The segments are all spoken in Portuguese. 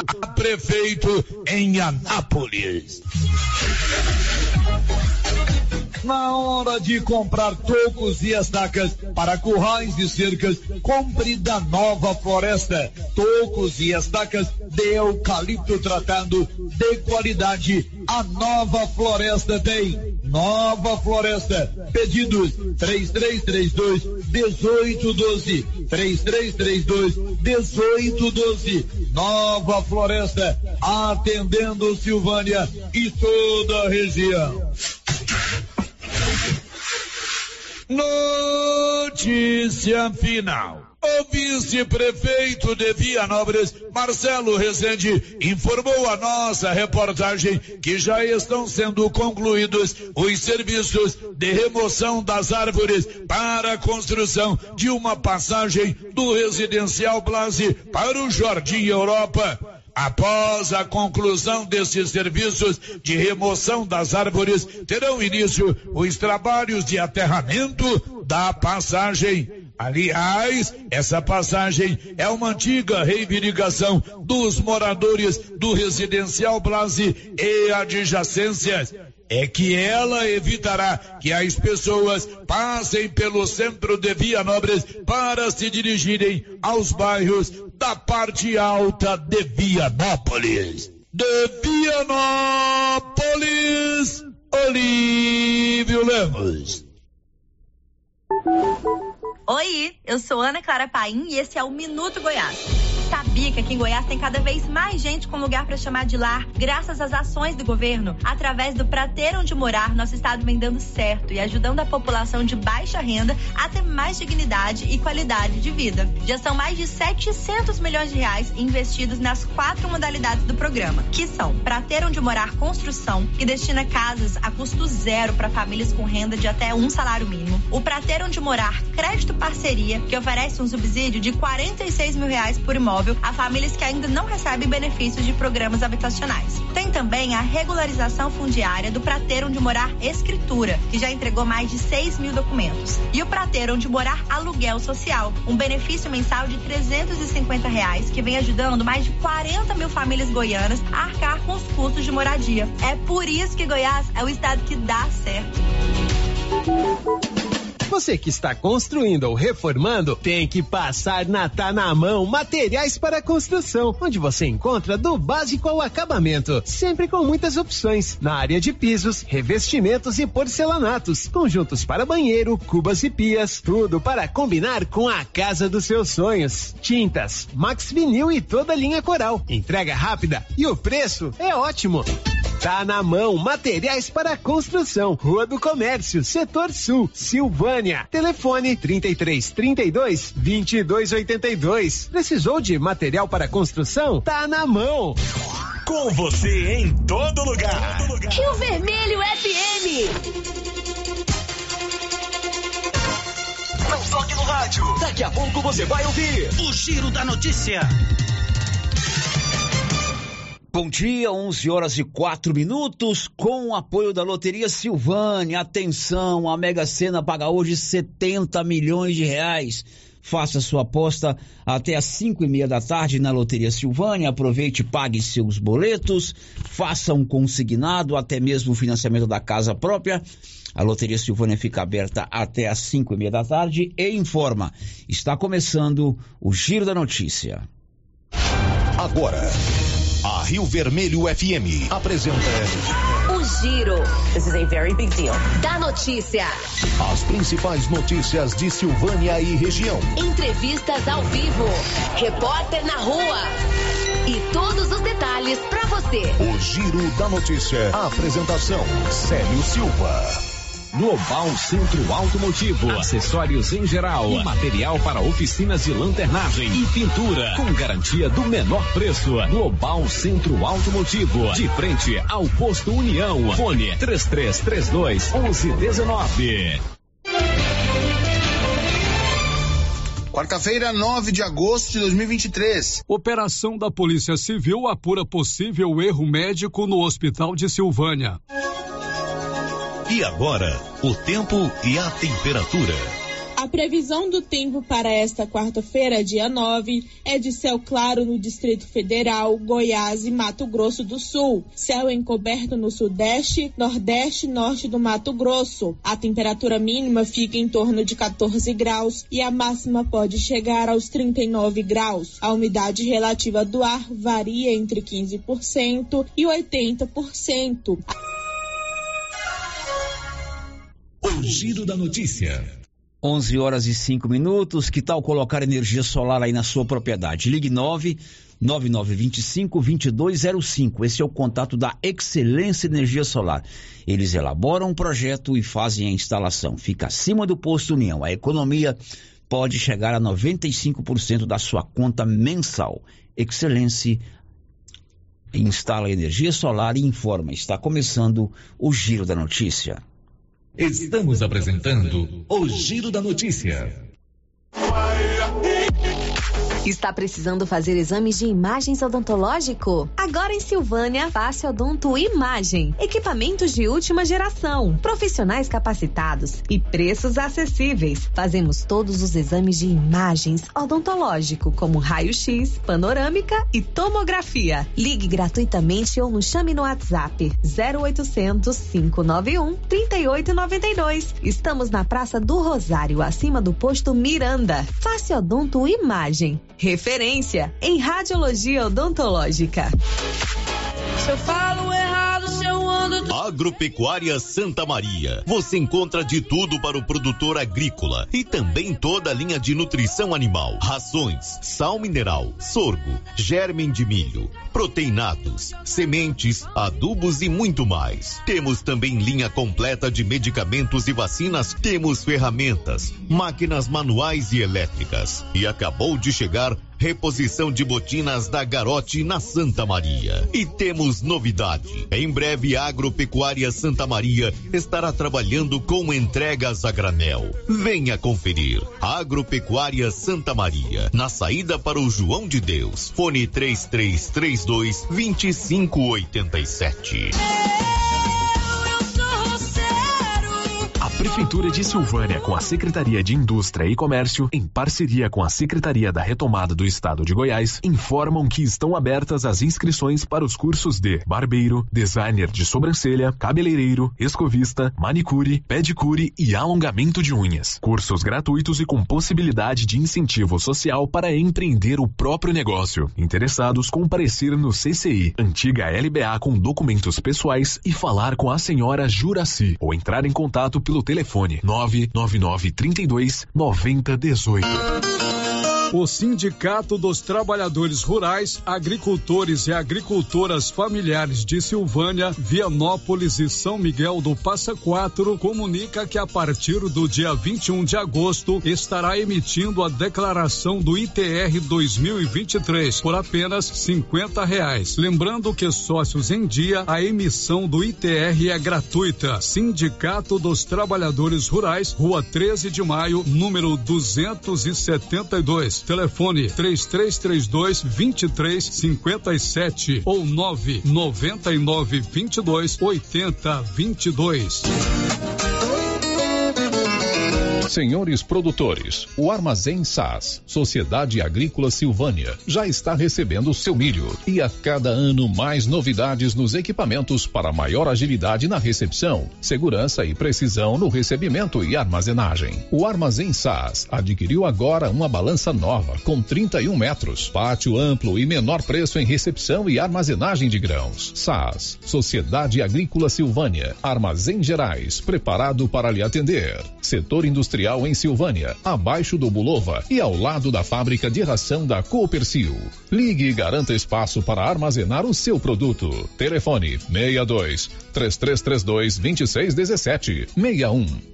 a prefeito em Anápolis. Na hora de comprar tocos e estacas para currais e cercas, compre da Nova Floresta. Tocos e estacas de eucalipto tratado de qualidade. A Nova Floresta tem. Nova Floresta. Pedidos 3332-1812. 3332-1812. Nova Floresta. Atendendo Silvânia e toda a região. Notícia final. O vice-prefeito de Vianópolis, Marcelo Rezende, informou a nossa reportagem que já estão sendo concluídos os serviços de remoção das árvores para a construção de uma passagem do Residencial Blase para o Jardim Europa. Após a conclusão desses serviços de remoção das árvores, terão início os trabalhos de aterramento da passagem. Aliás, essa passagem é uma antiga reivindicação dos moradores do Residencial Blase e adjacências. É que ela evitará que as pessoas passem pelo centro de Vianópolis para se dirigirem aos bairros da parte alta de Vianópolis. De Vianópolis, Olívio Lemos. Oi, eu sou Ana Clara Paim e esse é o Minuto Goiás. Sabia que aqui em Goiás tem cada vez mais gente com lugar para chamar de lar, graças às ações do governo? Através do Pra Ter Onde Morar, nosso estado vem dando certo e ajudando a população de baixa renda a ter mais dignidade e qualidade de vida. Já são mais de 700 milhões de reais investidos nas 4 modalidades do programa, que são Pra Ter Onde Morar Construção, que destina casas a custo zero para famílias com renda de até 1 salário mínimo. O Pra Ter Onde Morar Crédito Parceria, que oferece um subsídio de R$46 mil por imóvel a famílias que ainda não recebem benefícios de programas habitacionais. Tem também a regularização fundiária do Pra Ter Onde Morar Escritura, que já entregou mais de 6 mil documentos. E o Pra Ter Onde Morar Aluguel Social, um benefício mensal de R$350, que vem ajudando mais de 40 mil famílias goianas a arcar com os custos de moradia. É por isso que Goiás é o estado que dá certo. Você que está construindo ou reformando, tem que passar na Tá Na Mão Materiais para Construção, onde você encontra do básico ao acabamento, sempre com muitas opções, na área de pisos, revestimentos e porcelanatos, conjuntos para banheiro, cubas e pias, tudo para combinar com a casa dos seus sonhos. Tintas, Max Vinil e toda a linha Coral, entrega rápida e o preço é ótimo. Tá Na Mão Materiais para Construção, Rua do Comércio, Setor Sul, Silvânia. Telefone 3332-2282. Precisou de material para construção? Tá na mão. Com você em todo lugar. Rio Vermelho FM. Não toque no rádio. Daqui a pouco você vai ouvir o Giro da Notícia. Bom dia, 11h04, com o apoio da Loteria Silvânia. Atenção, a Mega Sena paga hoje R$70 milhões. Faça sua aposta até às 5:30 da tarde na Loteria Silvânia. Aproveite e pague seus boletos. Faça um consignado, até mesmo o financiamento da casa própria. A Loteria Silvânia fica aberta até às 5:30 da tarde e informa. Está começando o Giro da Notícia. Agora, a Rio Vermelho FM apresenta o Giro. This is a very big deal. Da notícia. As principais notícias de Silvânia e região. Entrevistas ao vivo. Repórter na rua. E todos os detalhes para você. O Giro da Notícia. A apresentação: Célio Silva. Global Centro Automotivo, acessórios em geral, e material para oficinas de lanternagem e pintura, com garantia do menor preço. Global Centro Automotivo, de frente ao Posto União. Fone 3332-1119. Quarta-feira, 9 de agosto de 2023. Operação da Polícia Civil apura possível erro médico no Hospital de Silvânia. E agora, o tempo e a temperatura. A previsão do tempo para esta quarta-feira, dia 9, é de céu claro no Distrito Federal, Goiás e Mato Grosso do Sul. Céu encoberto no Sudeste, Nordeste e Norte do Mato Grosso. A temperatura mínima fica em torno de 14 graus e a máxima pode chegar aos 39 graus. A umidade relativa do ar varia entre 15% e 80%. O Giro da Notícia. 11 horas e 5 minutos. Que tal colocar energia solar aí na sua propriedade? Ligue 99925-2205. Esse é o contato da Excelência Energia Solar. Eles elaboram um projeto e fazem a instalação. Fica acima do posto União. A economia pode chegar a 95% da sua conta mensal. Excelência instala energia solar e informa. Está começando o Giro da Notícia. Estamos apresentando o Giro da Notícia. Está precisando fazer exames de imagens odontológico? Agora em Silvânia, Face Odonto Imagem. Equipamentos de última geração, profissionais capacitados e preços acessíveis. Fazemos todos os exames de imagens odontológico, como raio-x, panorâmica e tomografia. Ligue gratuitamente ou nos chame no WhatsApp 0800 591 3892. Estamos na Praça do Rosário, acima do posto Miranda. Face Odonto Imagem. Referência em radiologia odontológica. Se eu falo errado, se eu ando... Agropecuária Santa Maria. Você encontra de tudo para o produtor agrícola e também toda a linha de nutrição animal. Rações, sal mineral, sorgo, germe de milho, proteinados, sementes, adubos e muito mais. Temos também linha completa de medicamentos e vacinas. Temos ferramentas, máquinas manuais e elétricas. E acabou de chegar reposição de botinas da Garote na Santa Maria. E temos novidade. Em breve, a Agropecuária Santa Maria estará trabalhando com entregas a granel. Venha conferir. Agropecuária Santa Maria, na saída para o João de Deus. Fone 3332-2587. A Prefeitura de Silvânia, com a Secretaria de Indústria e Comércio, em parceria com a Secretaria da Retomada do Estado de Goiás, informam que estão abertas as inscrições para os cursos de barbeiro, designer de sobrancelha, cabeleireiro, escovista, manicure, pedicure e alongamento de unhas. Cursos gratuitos e com possibilidade de incentivo social para empreender o próprio negócio. Interessados, comparecer no CCI, antiga LBA, com documentos pessoais e falar com a senhora Juraci, ou entrar em contato pelo telefone 99932-9018. O Sindicato dos Trabalhadores Rurais, Agricultores e Agricultoras Familiares de Silvânia, Vianópolis e São Miguel do Passa Quatro comunica que a partir do dia 21 de agosto estará emitindo a declaração do ITR 2023 por apenas R$50. Lembrando que sócios em dia, a emissão do ITR é gratuita. Sindicato dos Trabalhadores Rurais, Rua 13 de Maio, número 272. Telefone 3332-2357 ou 99922-8022. Senhores produtores, o Armazém SAS, Sociedade Agrícola Silvânia, já está recebendo seu milho e a cada ano mais novidades nos equipamentos para maior agilidade na recepção, segurança e precisão no recebimento e armazenagem. O Armazém SAS adquiriu agora uma balança nova com 31 metros, pátio amplo e menor preço em recepção e armazenagem de grãos. SAS, Sociedade Agrícola Silvânia, Armazém Gerais, preparado para lhe atender. Setor industrial em Silvânia, abaixo do Bulova e ao lado da fábrica de ração da Coopercil. Ligue e garanta espaço para armazenar o seu produto. Telefone 62-3332-2617,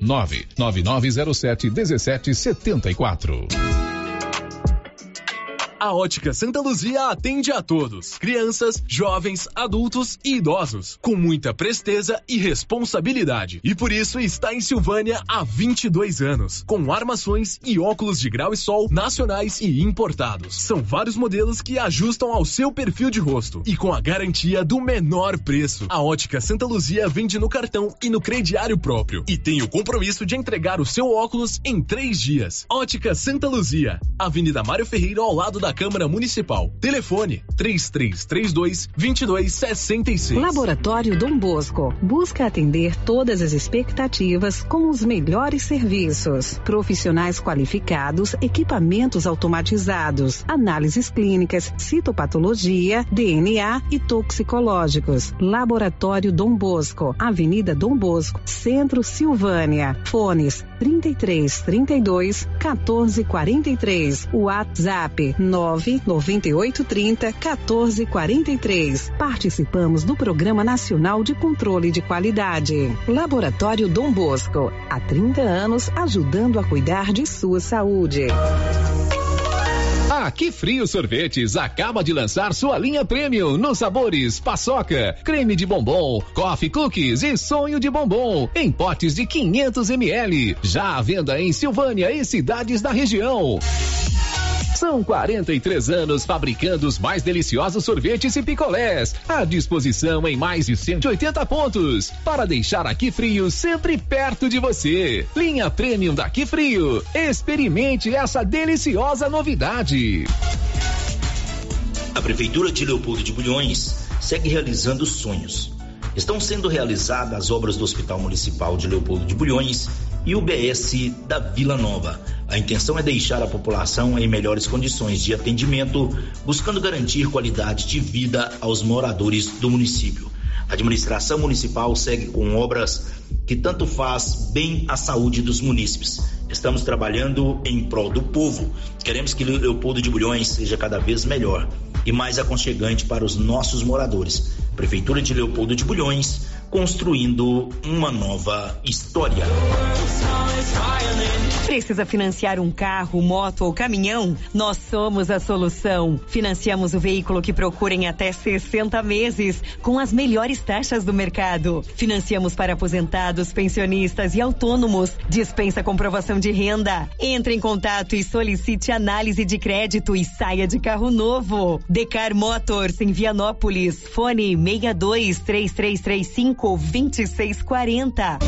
61-99907-1774. A Ótica Santa Luzia atende a todos, crianças, jovens, adultos e idosos, com muita presteza e responsabilidade. E por isso está em Silvânia há 22 anos, com armações e óculos de grau e sol nacionais e importados. São vários modelos que ajustam ao seu perfil de rosto e com a garantia do menor preço. A Ótica Santa Luzia vende no cartão e no crediário próprio e tem o compromisso de entregar o seu óculos em 3 dias. Ótica Santa Luzia, Avenida Mário Ferreira, ao lado da Câmara Municipal. Telefone 3332-2266. Laboratório Dom Bosco busca atender todas as expectativas com os melhores serviços. Profissionais qualificados, equipamentos automatizados, análises clínicas, citopatologia, DNA e toxicológicos. Laboratório Dom Bosco, Avenida Dom Bosco, Centro, Silvânia. Fones 3332 1443. WhatsApp 99830 1443. Participamos do Programa Nacional de Controle de Qualidade. Laboratório Dom Bosco, há 30 anos ajudando a cuidar de sua saúde. A Que Frio Sorvetes acaba de lançar sua linha Premium nos sabores paçoca, creme de bombom, coffee cookies e sonho de bombom em potes de 500 ml. Já à venda em Silvânia e cidades da região. São 43 anos fabricando os mais deliciosos sorvetes e picolés, à disposição em mais de 180 pontos, para deixar a Que Frio sempre perto de você. Linha Premium da Que Frio. Experimente essa deliciosa novidade. A Prefeitura de Leopoldo de Bulhões segue realizando sonhos. Estão sendo realizadas as obras do Hospital Municipal de Leopoldo de Bulhões e o BS da Vila Nova. A intenção é deixar a população em melhores condições de atendimento, buscando garantir qualidade de vida aos moradores do município. A administração municipal segue com obras que tanto faz bem à saúde dos munícipes. Estamos trabalhando em prol do povo. Queremos que Leopoldo de Bulhões seja cada vez melhor e mais aconchegante para os nossos moradores. Prefeitura de Leopoldo de Bulhões, construindo uma nova história. Precisa financiar um carro, moto ou caminhão? Nós somos a solução. Financiamos o veículo que procura em até 60 meses, com as melhores taxas do mercado. Financiamos para aposentados, pensionistas e autônomos. Dispensa comprovação de renda. Entre em contato e solicite análise de crédito e saia de carro novo. Decar Motors em Vianópolis. Fone 623335-2640.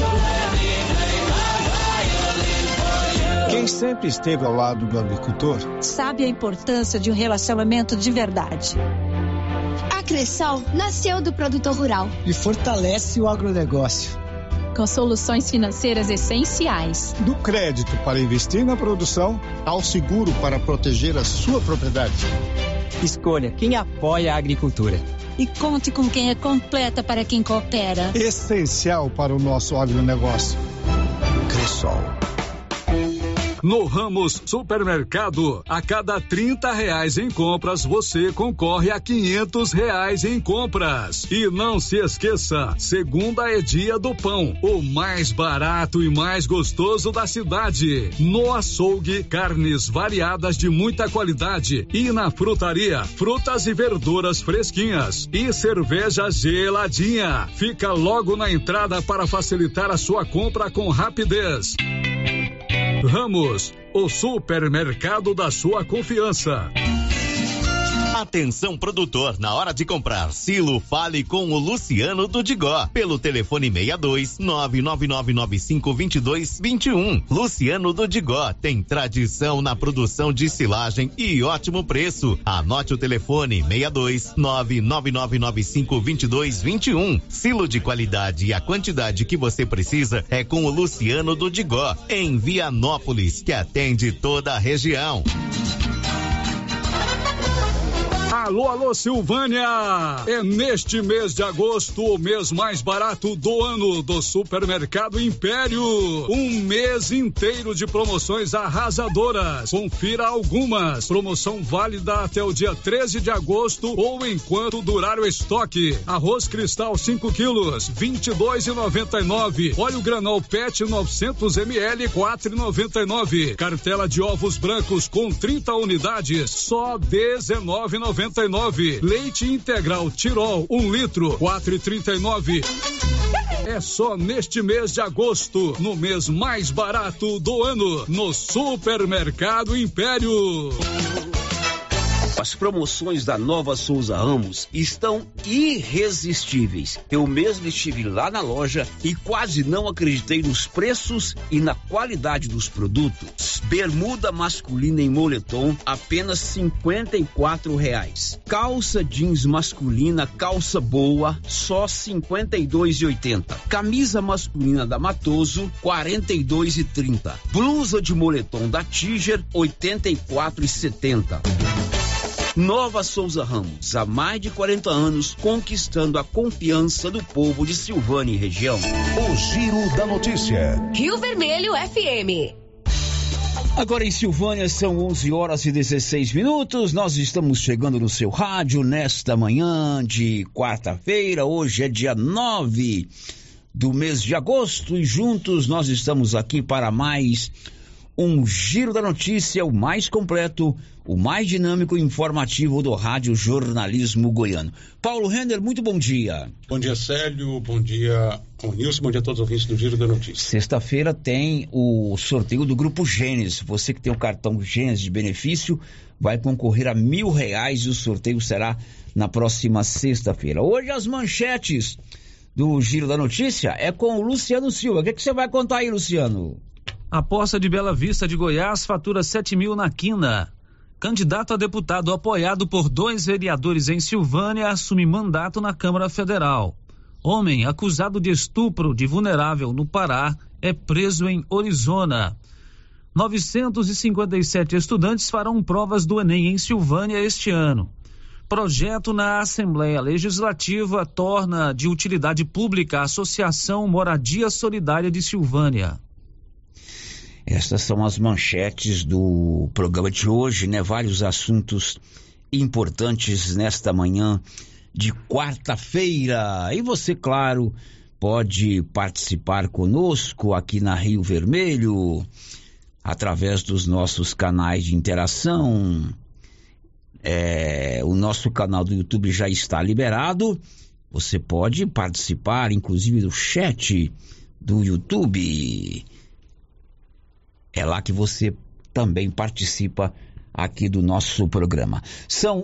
Quem sempre esteve ao lado do agricultor sabe a importância de um relacionamento de verdade. A Cressol nasceu do produtor rural e fortalece o agronegócio, com soluções financeiras essenciais. Do crédito para investir na produção ao seguro para proteger a sua propriedade. Escolha quem apoia a agricultura. E conte com quem é completa para quem coopera. Essencial para o nosso agronegócio. Cressol. No Ramos Supermercado, a cada R$30 em compras, você concorre a R$500 em compras. E não se esqueça, segunda é dia do pão, o mais barato e mais gostoso da cidade. No açougue, carnes variadas de muita qualidade. E na frutaria, frutas e verduras fresquinhas. E cerveja geladinha. Fica logo na entrada para facilitar a sua compra com rapidez. Ramos, o supermercado da sua confiança. Atenção produtor, na hora de comprar silo, fale com o Luciano do Digó, pelo telefone 62-99995-2221. Luciano do Digó tem tradição na produção de silagem e ótimo preço. Anote o telefone 62-99995-2221. Silo de qualidade e a quantidade que você precisa é com o Luciano do Digó, em Vianópolis, que atende toda a região. Alô, Silvânia! É neste mês de agosto, o mês mais barato do ano do Supermercado Império. Um mês inteiro de promoções arrasadoras. Confira algumas. Promoção válida até o dia 13 de agosto ou enquanto durar o estoque. Arroz Cristal 5 quilos, R$22,99. Óleo Granol PET 900 ml, R$4,99. Cartela de ovos brancos com 30 unidades, só R$19,99. Leite integral Tirol 1 litro, R$4,39. É só neste mês de agosto, no mês mais barato do ano, no Supermercado Império. As promoções da Nova Souza Ramos estão irresistíveis. Eu mesmo estive lá na loja e quase não acreditei nos preços e na qualidade dos produtos. Bermuda masculina em moletom, apenas R$54. Calça jeans masculina, calça boa, só R$52,80. Camisa masculina da Matoso, R$42,30. Blusa de moletom da Tiger, R$84,70. Nova Souza Ramos, há mais de 40 anos, conquistando a confiança do povo de Silvânia e região. O Giro da Notícia. Rio Vermelho FM. Agora em Silvânia são 11h16. Nós estamos chegando no seu rádio nesta manhã de quarta-feira. Hoje é dia 9 do mês de agosto e juntos nós estamos aqui para mais um Giro da Notícia, o mais completo, o mais dinâmico e informativo do Rádio Jornalismo Goiano. Paulo Renner, muito bom dia. Bom dia, Célio. Bom dia, Nilson. Bom dia a todos os ouvintes do Giro da Notícia. Sexta-feira tem o sorteio do Grupo Gênesis. Você que tem o cartão Gênesis de benefício vai concorrer a R$1.000 e o sorteio será na próxima sexta-feira. Hoje as manchetes do Giro da Notícia é com o Luciano Silva. O que você vai contar aí, Luciano? A Poça de Bela Vista de Goiás fatura 7 mil na quina. Candidato a deputado apoiado por 2 vereadores em Silvânia assume mandato na Câmara Federal. Homem acusado de estupro de vulnerável no Pará é preso em Orizona. 957 estudantes farão provas do Enem em Silvânia este ano. Projeto na Assembleia Legislativa torna de utilidade pública a Associação Moradia Solidária de Silvânia. Essas são as manchetes do programa de hoje, né? Vários assuntos importantes nesta manhã de quarta-feira. E você, claro, pode participar conosco aqui na Rio Vermelho, através dos nossos canais de interação. O nosso canal do YouTube já está liberado. Você pode participar, inclusive, do chat do YouTube. É lá que você também participa aqui do nosso programa. São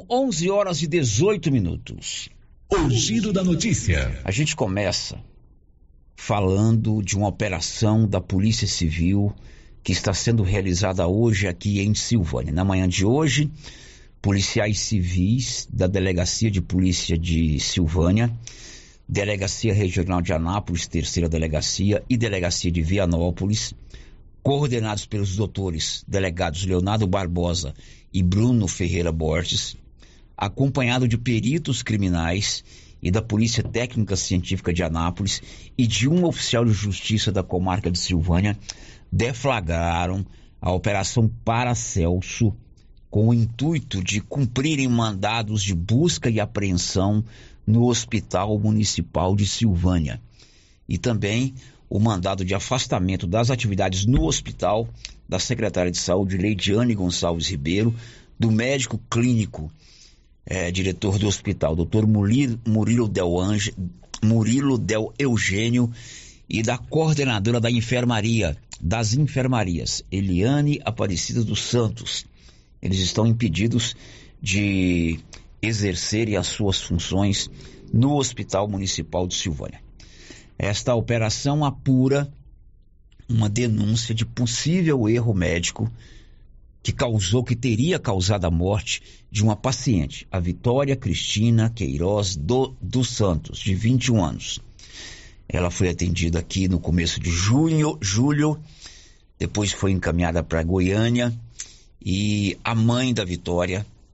11h18. O Giro da Notícia. A gente começa falando de uma operação da Polícia Civil que está sendo realizada hoje aqui em Silvânia. Na manhã de hoje, policiais civis da Delegacia de Polícia de Silvânia, Delegacia Regional de Anápolis, 3ª Delegacia e Delegacia de Vianópolis, coordenados pelos doutores delegados Leonardo Barbosa e Bruno Ferreira Borges, acompanhado de peritos criminais e da Polícia Técnica Científica de Anápolis e de um oficial de justiça da comarca de Silvânia, deflagraram a Operação Paracelso com o intuito de cumprirem mandados de busca e apreensão no Hospital Municipal de Silvânia e também o mandado de afastamento das atividades no hospital da secretária de Saúde, Leidiane Gonçalves Ribeiro, do médico clínico, diretor do hospital, Dr. Murilo Del Eugênio, e da coordenadora das enfermarias, Eliane Aparecida dos Santos. Eles estão impedidos de exercerem as suas funções no Hospital Municipal de Silvânia. Esta operação apura uma denúncia de possível erro médico que teria causado a morte de uma paciente, a Vitória Cristina Queiroz dos Santos, de 21 anos. Ela foi atendida aqui no começo de julho, depois foi encaminhada para Goiânia e a mãe da Vitória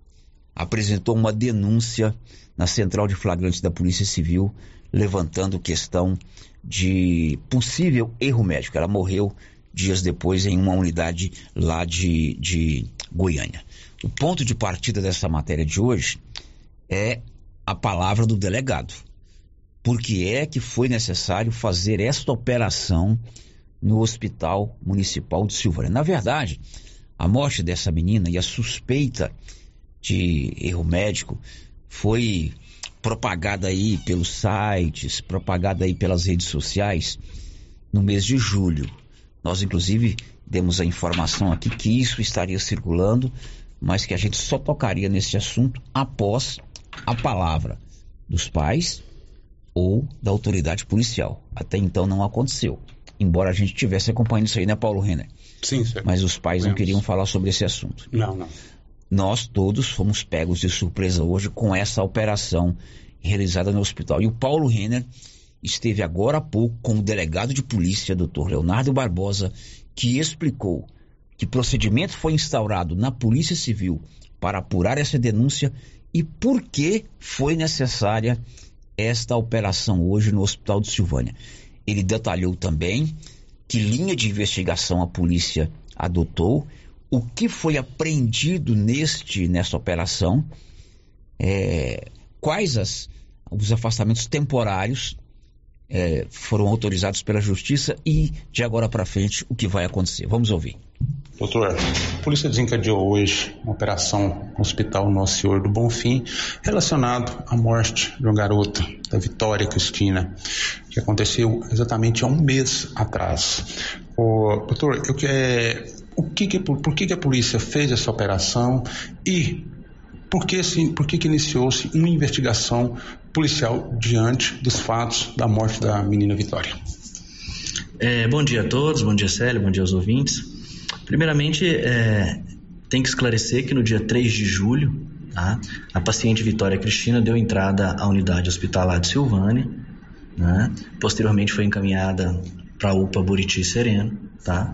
apresentou uma denúncia na Central de Flagrantes da Polícia Civil, levantando questão de possível erro médico. Ela morreu dias depois em uma unidade lá de Goiânia. O ponto de partida dessa matéria de hoje é a palavra do delegado. Por que é que foi necessário fazer esta operação no Hospital Municipal de Silvânia? Na verdade, a morte dessa menina e a suspeita de erro médico foi propagada aí pelos sites, propagada aí pelas redes sociais no mês de julho. Nós, inclusive, demos a informação aqui que isso estaria circulando, mas que a gente só tocaria nesse assunto após a palavra dos pais ou da autoridade policial. Até então não aconteceu, embora a gente estivesse acompanhando isso aí, né, Paulo Renner? Sim, senhor. Mas os pais não queriam falar sobre esse assunto. Não. Nós todos fomos pegos de surpresa hoje com essa operação realizada no hospital. E o Paulo Renner esteve agora há pouco com o delegado de polícia, Dr. Leonardo Barbosa, que explicou que procedimento foi instaurado na Polícia Civil para apurar essa denúncia e por que foi necessária esta operação hoje no Hospital de Silvânia. Ele detalhou também que linha de investigação a polícia adotou, o que foi apreendido nessa operação, quais os afastamentos temporários foram autorizados pela Justiça e de agora para frente o que vai acontecer. Vamos ouvir. Doutor, a polícia desencadeou hoje uma operação no Hospital Nosso Senhor do Bonfim relacionado à morte de uma garota, da Vitória Cristina, que aconteceu exatamente há um mês atrás. Doutor, por que a polícia fez essa operação e por que iniciou-se uma investigação policial diante dos fatos da morte da menina Vitória? Bom dia a todos, bom dia Célio, bom dia aos ouvintes. Primeiramente, tem que esclarecer que no dia 3 de julho, tá, a paciente Vitória Cristina deu entrada à unidade hospitalar de Silvânia, né, posteriormente foi encaminhada para a UPA Buriti Sereno, tá?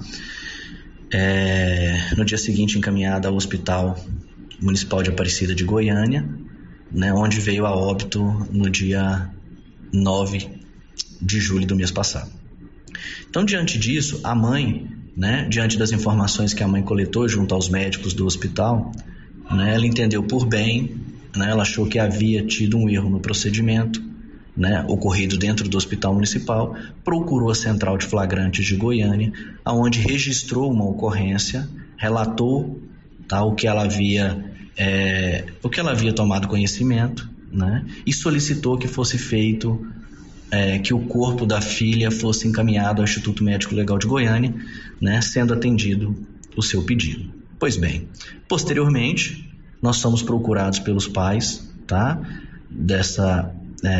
No dia seguinte encaminhada ao Hospital Municipal de Aparecida de Goiânia, né, onde veio a óbito no dia 9 de julho do mês passado. Então, diante disso, a mãe, né, diante das informações que a mãe coletou junto aos médicos do hospital, né, ela entendeu por bem, né, ela achou que havia tido um erro no procedimento, né, ocorrido dentro do hospital municipal, procurou a Central de Flagrantes de Goiânia, onde registrou uma ocorrência, relatou, tá, o que ela havia tomado conhecimento, né, e solicitou que fosse feito, que o corpo da filha fosse encaminhado ao Instituto Médico Legal de Goiânia, né, sendo atendido o seu pedido. Pois bem, posteriormente, nós somos procurados pelos pais, tá, dessa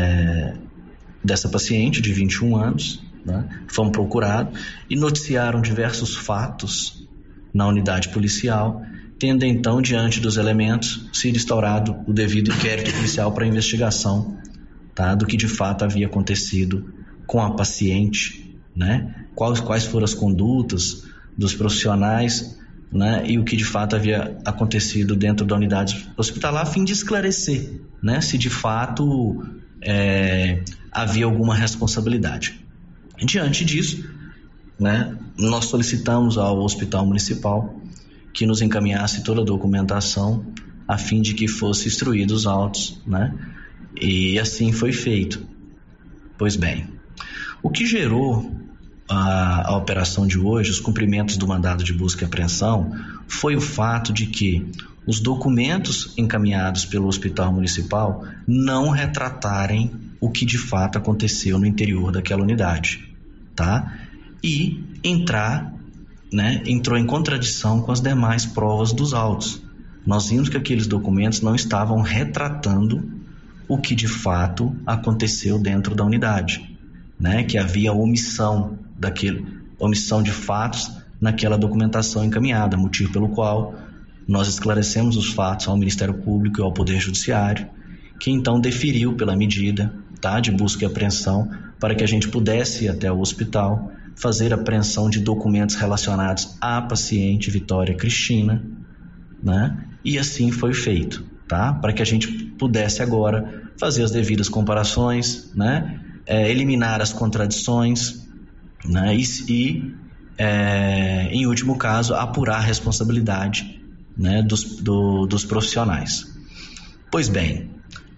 paciente de 21 anos, né, fomos procurados e noticiaram diversos fatos na unidade policial, tendo então, diante dos elementos, sido instaurado o devido inquérito policial para investigação, tá, do que de fato havia acontecido com a paciente, né, quais foram as condutas dos profissionais, né, e o que de fato havia acontecido dentro da unidade hospitalar, a fim de esclarecer, né, se de fato havia alguma responsabilidade. Diante disso, né, nós solicitamos ao Hospital Municipal que nos encaminhasse toda a documentação a fim de que fosse instruído os autos, né, e assim foi feito. Pois bem, o que gerou a operação de hoje, os cumprimentos do mandado de busca e apreensão, foi o fato de que os documentos encaminhados pelo Hospital Municipal não retratarem o que de fato aconteceu no interior daquela unidade, tá? E entrou em contradição com as demais provas dos autos. Nós vimos que aqueles documentos não estavam retratando o que de fato aconteceu dentro da unidade, né? Que havia omissão de fatos naquela documentação encaminhada, motivo pelo qual nós esclarecemos os fatos ao Ministério Público e ao Poder Judiciário, que então deferiu pela medida, tá, de busca e apreensão para que a gente pudesse ir até o hospital, fazer apreensão de documentos relacionados à paciente Vitória Cristina, né? E assim foi feito. tá? Para que a gente pudesse agora fazer as devidas comparações, né? Eliminar as contradições, né? E em último caso, apurar a responsabilidade, né, dos profissionais. Pois bem,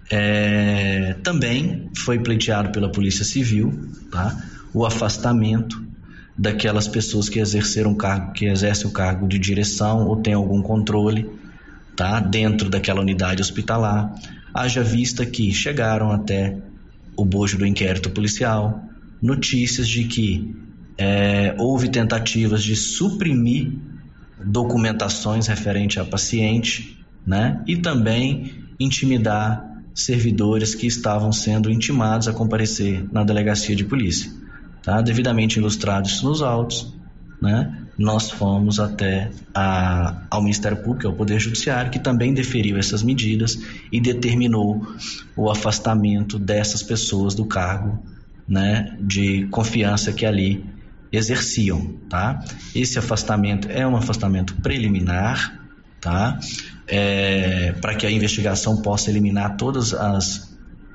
também foi pleiteado pela Polícia Civil, tá, o afastamento daquelas pessoas que exercem o cargo de direção ou têm algum controle, tá, dentro daquela unidade hospitalar, haja vista que chegaram até o bojo do inquérito policial notícias de que houve tentativas de suprimir documentações referentes a paciente, né, e também intimidar servidores que estavam sendo intimados a comparecer na delegacia de polícia, tá? Devidamente ilustrados nos autos, né? Nós fomos até ao Ministério Público, ao Poder Judiciário, que também deferiu essas medidas e determinou o afastamento dessas pessoas do cargo, né, de confiança que ali exerciam, tá? Esse afastamento é um afastamento preliminar, tá? Para que a investigação possa eliminar todas as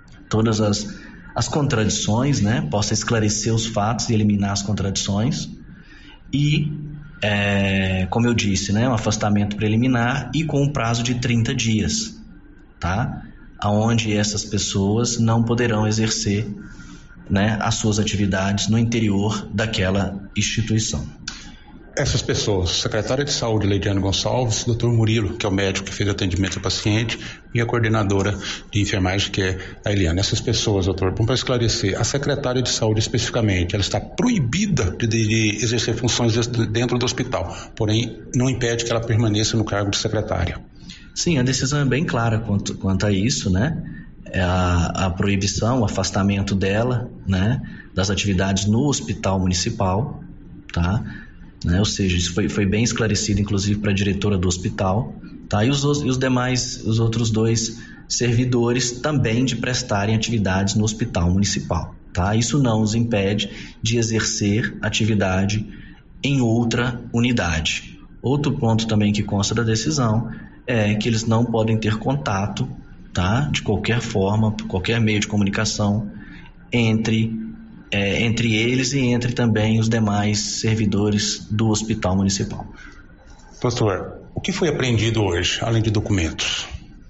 contradições, né? Possa esclarecer os fatos e eliminar as contradições e, como eu disse, né? Um afastamento preliminar e com um prazo de 30 dias, tá? Onde essas pessoas não poderão exercer, né, as suas atividades no interior daquela instituição. Essas pessoas, secretária de Saúde Leidiane Gonçalves, Dr. Murilo, que é o médico que fez atendimento ao paciente, e a coordenadora de enfermagem, que é a Eliane. Essas pessoas, doutor, para esclarecer, a secretária de Saúde especificamente, ela está proibida de exercer funções dentro do hospital, porém não impede que ela permaneça no cargo de secretária. Sim, a decisão é bem clara quanto a isso, né? A proibição, o afastamento dela, né, das atividades no hospital municipal, tá? Né? Ou seja, isso foi bem esclarecido, inclusive para a diretora do hospital, tá? E os outros dois servidores também de prestarem atividades no hospital municipal, tá? Isso não os impede de exercer atividade em outra unidade. Outro ponto também que consta da decisão é que eles não podem ter contato, tá? De qualquer forma, por qualquer meio de comunicação entre eles e entre também os demais servidores do hospital municipal. Pastor, o que foi apreendido hoje, além de documentos?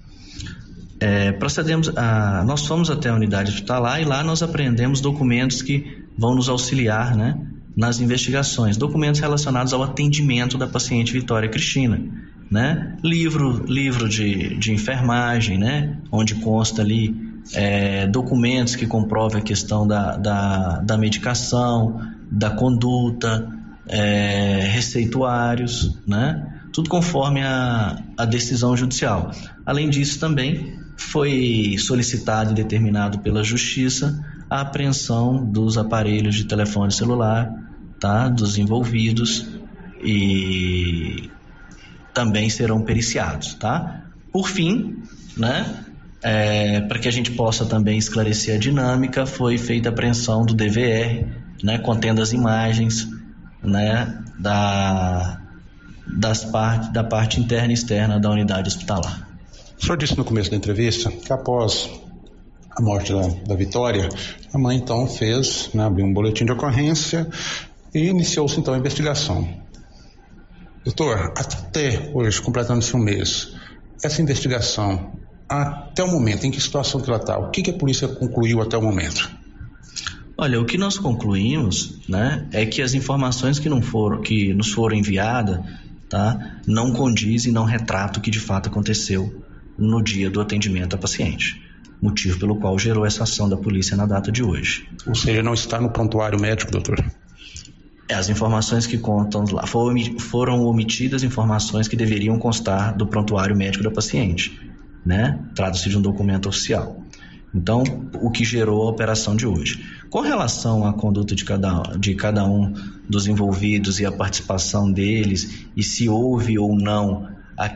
Nós fomos até a unidade hospitalar e lá nós apreendemos documentos que vão nos auxiliar, né, nas investigações, documentos relacionados ao atendimento da paciente Vitória Cristina, né? Livro de enfermagem, né? Onde consta ali documentos que comprovam a questão da medicação, da conduta, receituários, né? Tudo conforme a decisão judicial. Além disso, também foi solicitado e determinado pela Justiça a apreensão dos aparelhos de telefone celular, tá? Dos envolvidos, e também serão periciados, tá? Por fim, né, para que a gente possa também esclarecer a dinâmica, foi feita a apreensão do DVR, né, contendo as imagens, né, da parte interna e externa da unidade hospitalar. O senhor disse no começo da entrevista que após a morte da Vitória, a mãe então fez, né, abriu um boletim de ocorrência e iniciou-se então a investigação. Doutor, até hoje, completando-se um mês, essa investigação, até o momento, em que situação que ela está? O que a polícia concluiu até o momento? Olha, o que nós concluímos, né, é que as informações que nos foram enviadas, tá, não condizem, não retratam o que de fato aconteceu no dia do atendimento à paciente. Motivo pelo qual gerou essa ação da polícia na data de hoje. Ou seja, não está no prontuário médico, doutor? As informações que contam lá, foram omitidas informações que deveriam constar do prontuário médico da paciente, né? Trata-se de um documento oficial. Então, o que gerou a operação de hoje. Com relação à conduta de cada um dos envolvidos e a participação deles, e se houve ou não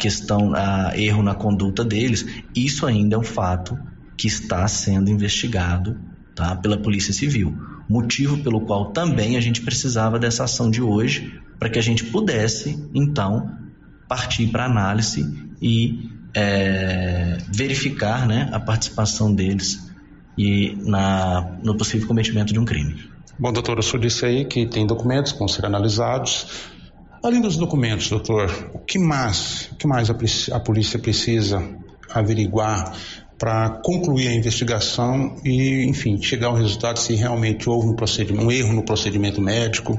erro na conduta deles, isso ainda é um fato que está sendo investigado, tá, pela Polícia Civil. Motivo pelo qual também a gente precisava dessa ação de hoje, para que a gente pudesse, então, partir para análise e verificar, né, a participação deles e no possível cometimento de um crime. Bom, doutor, o senhor disse aí que tem documentos que vão ser analisados. Além dos documentos, doutor, o que mais a polícia precisa averiguar para concluir a investigação e, enfim, chegar ao resultado se realmente houve um erro no procedimento médico?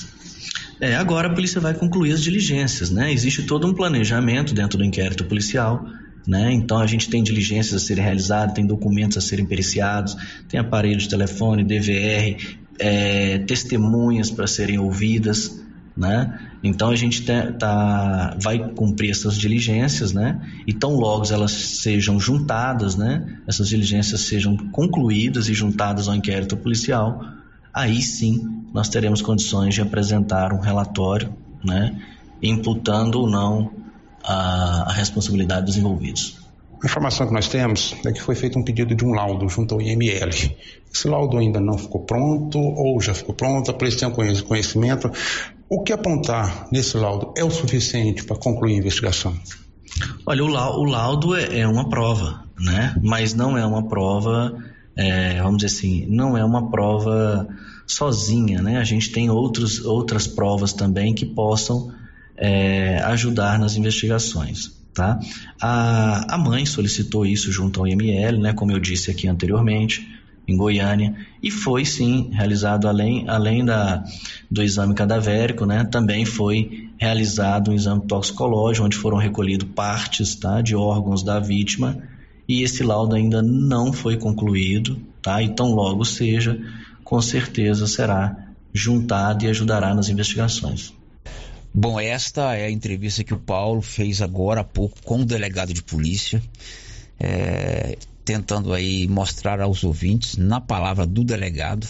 Agora a polícia vai concluir as diligências, né? Existe todo um planejamento dentro do inquérito policial, né? Então a gente tem diligências a serem realizadas, tem documentos a serem periciados, tem aparelho de telefone, DVR, testemunhas para serem ouvidas, né? Então a gente vai cumprir essas diligências, né? E tão logo elas sejam juntadas, né? Essas diligências sejam concluídas e juntadas ao inquérito policial, aí sim nós teremos condições de apresentar um relatório, né? Imputando ou não a responsabilidade dos envolvidos. A informação que nós temos é que foi feito um pedido de um laudo junto ao IML. Esse laudo ainda não ficou pronto ou já ficou pronto, a polícia tem um conhecimento. O que apontar nesse laudo é o suficiente para concluir a investigação? Olha, o laudo é uma prova, né? Mas não é uma prova, vamos dizer assim, não é uma prova sozinha, né? A gente tem outras provas também que possam ajudar nas investigações. Tá? A mãe solicitou isso junto ao IML, né, como eu disse aqui anteriormente, em Goiânia, e foi sim realizado além do exame cadavérico, né, também foi realizado um exame toxicológico, onde foram recolhidas partes, tá, de órgãos da vítima, e esse laudo ainda não foi concluído, tá, e tão logo seja, com certeza será juntado e ajudará nas investigações. Bom, esta é a entrevista que o Paulo fez agora há pouco com o delegado de polícia, tentando aí mostrar aos ouvintes, na palavra do delegado,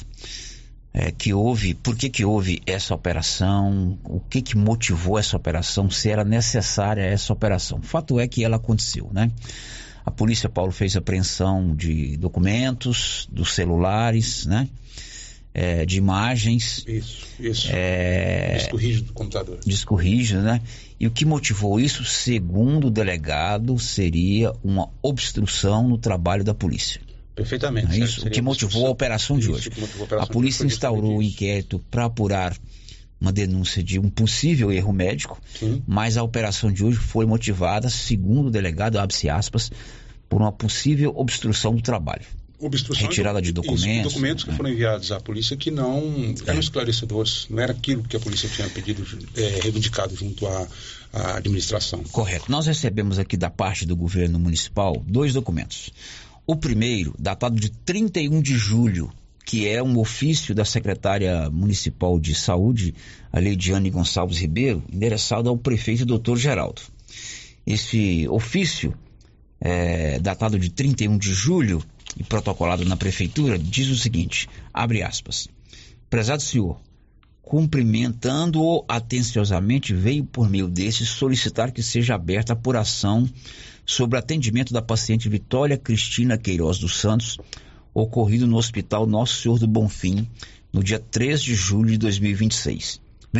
por que houve essa operação, o que motivou essa operação, se era necessária essa operação. O fato é que ela aconteceu, né? A polícia, Paulo, fez apreensão de documentos, dos celulares, né? De imagens. Isso. Disco rígido do computador. Disco rígido, né? E o que motivou isso, segundo o delegado, seria uma obstrução no trabalho da polícia. Perfeitamente. É isso? O que motivou a operação de hoje. A polícia instaurou um inquérito para apurar uma denúncia de um possível erro médico, sim, mas a operação de hoje foi motivada, segundo o delegado, abre-se aspas, por uma possível obstrução do trabalho. Retirada de documentos. Documentos que foram enviados à polícia que não eram esclarecedores, não era aquilo que a polícia tinha pedido, reivindicado junto à administração. Correto. Nós recebemos aqui da parte do governo municipal 2 documentos. O primeiro, datado de 31 de julho, que é um ofício da secretária municipal de saúde, a Leidiane Gonçalves Ribeiro, endereçado ao prefeito Dr. Geraldo. Esse ofício, datado de 31 de julho, e protocolado na prefeitura, diz o seguinte, abre aspas, prezado senhor, cumprimentando-o atenciosamente, veio por meio desse solicitar que seja aberta a apuração sobre o atendimento da paciente Vitória Cristina Queiroz dos Santos, ocorrido no Hospital Nosso Senhor do Bonfim, no dia 3 de julho de 2023.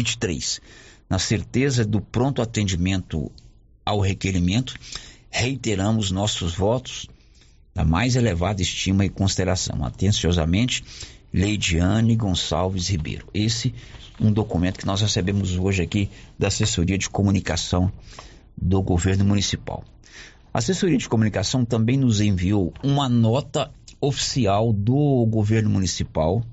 Na certeza do pronto atendimento ao requerimento, reiteramos nossos votos da mais elevada estima e consideração. Atenciosamente, Leidiane Gonçalves Ribeiro. Esse um documento que nós recebemos hoje aqui da Assessoria de Comunicação do Governo Municipal. A Assessoria de Comunicação também nos enviou uma nota oficial do Governo Municipal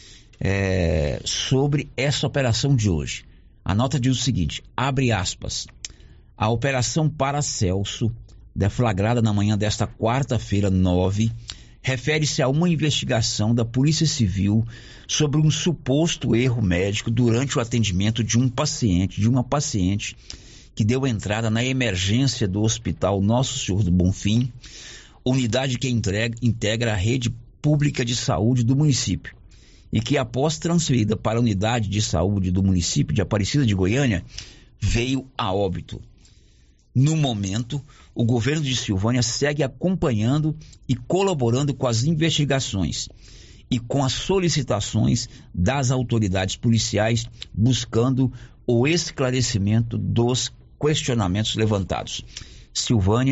sobre essa operação de hoje. A nota diz o seguinte, abre aspas, a Operação Paracelso, deflagrada na manhã desta quarta-feira 9, refere-se a uma investigação da Polícia Civil sobre um suposto erro médico durante o atendimento de uma paciente que deu entrada na emergência do Hospital Nosso Senhor do Bonfim, unidade que integra a rede pública de saúde do município, e que após transferida para a unidade de saúde do município de Aparecida de Goiânia, veio a óbito. No momento, o governo de Silvânia segue acompanhando e colaborando com as investigações e com as solicitações das autoridades policiais, buscando o esclarecimento dos questionamentos levantados. Silvânia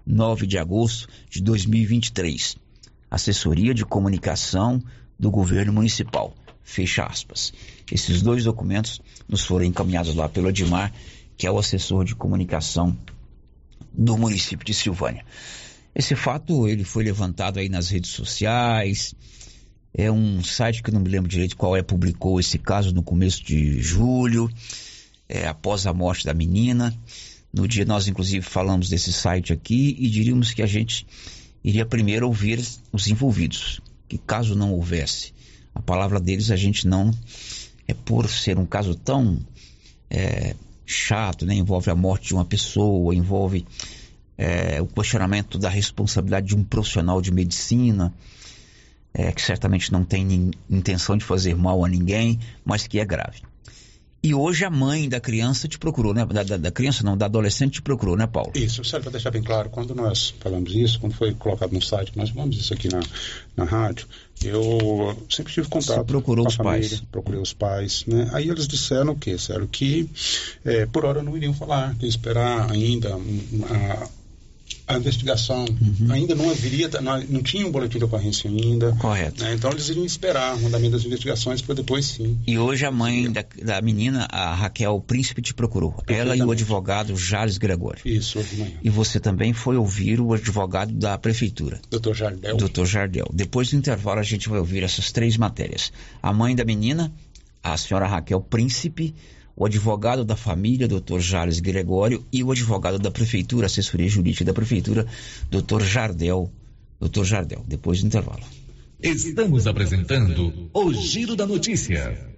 9 de agosto de 2023. Assessoria de Comunicação do Governo Municipal. Fecha aspas. Esses 2 documentos nos foram encaminhados lá pelo Edmar, que é o assessor de comunicação do município de Silvânia. Esse fato ele foi levantado aí nas redes sociais. É um site que eu não me lembro direito qual publicou esse caso no começo de julho, após a morte da menina. No dia nós inclusive falamos desse site aqui e diríamos que a gente iria primeiro ouvir os envolvidos, que caso não houvesse a palavra deles, a gente não, por ser um caso tão chato, né? Envolve a morte de uma pessoa, envolve o questionamento da responsabilidade de um profissional de medicina, que certamente não tem intenção de fazer mal a ninguém, mas que é grave. E hoje a mãe da criança te procurou, né? Da criança não, da adolescente te procurou, né, Paulo? Isso, sério, para deixar bem claro, quando nós falamos isso, quando foi colocado no site, nós falamos isso aqui na rádio, eu sempre tive contato. Você procurou com os família, pais? Procurei os pais, né? Aí eles disseram o quê? Disseram que por hora não iriam falar, que esperar ainda a investigação ainda não haveria, não tinha um boletim de ocorrência ainda. Correto. Né? Então eles iriam esperar o andamento das investigações para depois sim. E hoje a mãe da menina, a Raquel Príncipe, te procurou. Ela e o advogado Jales Gregório. Isso, hoje de manhã. E você também foi ouvir o advogado da prefeitura. Dr. Jardel. Dr. Jardel. Depois do intervalo a gente vai ouvir essas 3 matérias. A mãe da menina, a senhora Raquel Príncipe, o advogado da família, Dr. Jales Gregório, e o advogado da prefeitura, assessoria jurídica da prefeitura, Dr. Jardel. Dr. Jardel, depois do intervalo. Estamos apresentando o Giro da Notícia.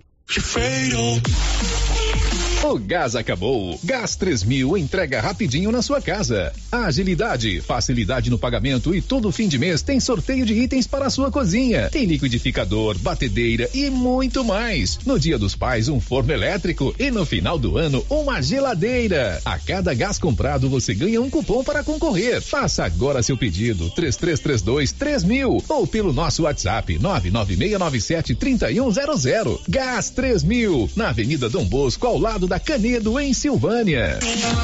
O gás acabou. Gás 3000 entrega rapidinho na sua casa. Agilidade, facilidade no pagamento e todo fim de mês tem sorteio de itens para a sua cozinha. Tem liquidificador, batedeira e muito mais. No Dia dos Pais, um forno elétrico e no final do ano, uma geladeira. A cada gás comprado, você ganha um cupom para concorrer. Faça agora seu pedido, 3332-3000 ou pelo nosso WhatsApp, 99697-3100. Gás 3000, na Avenida Dom Bosco, ao lado da Canedo, em Silvânia.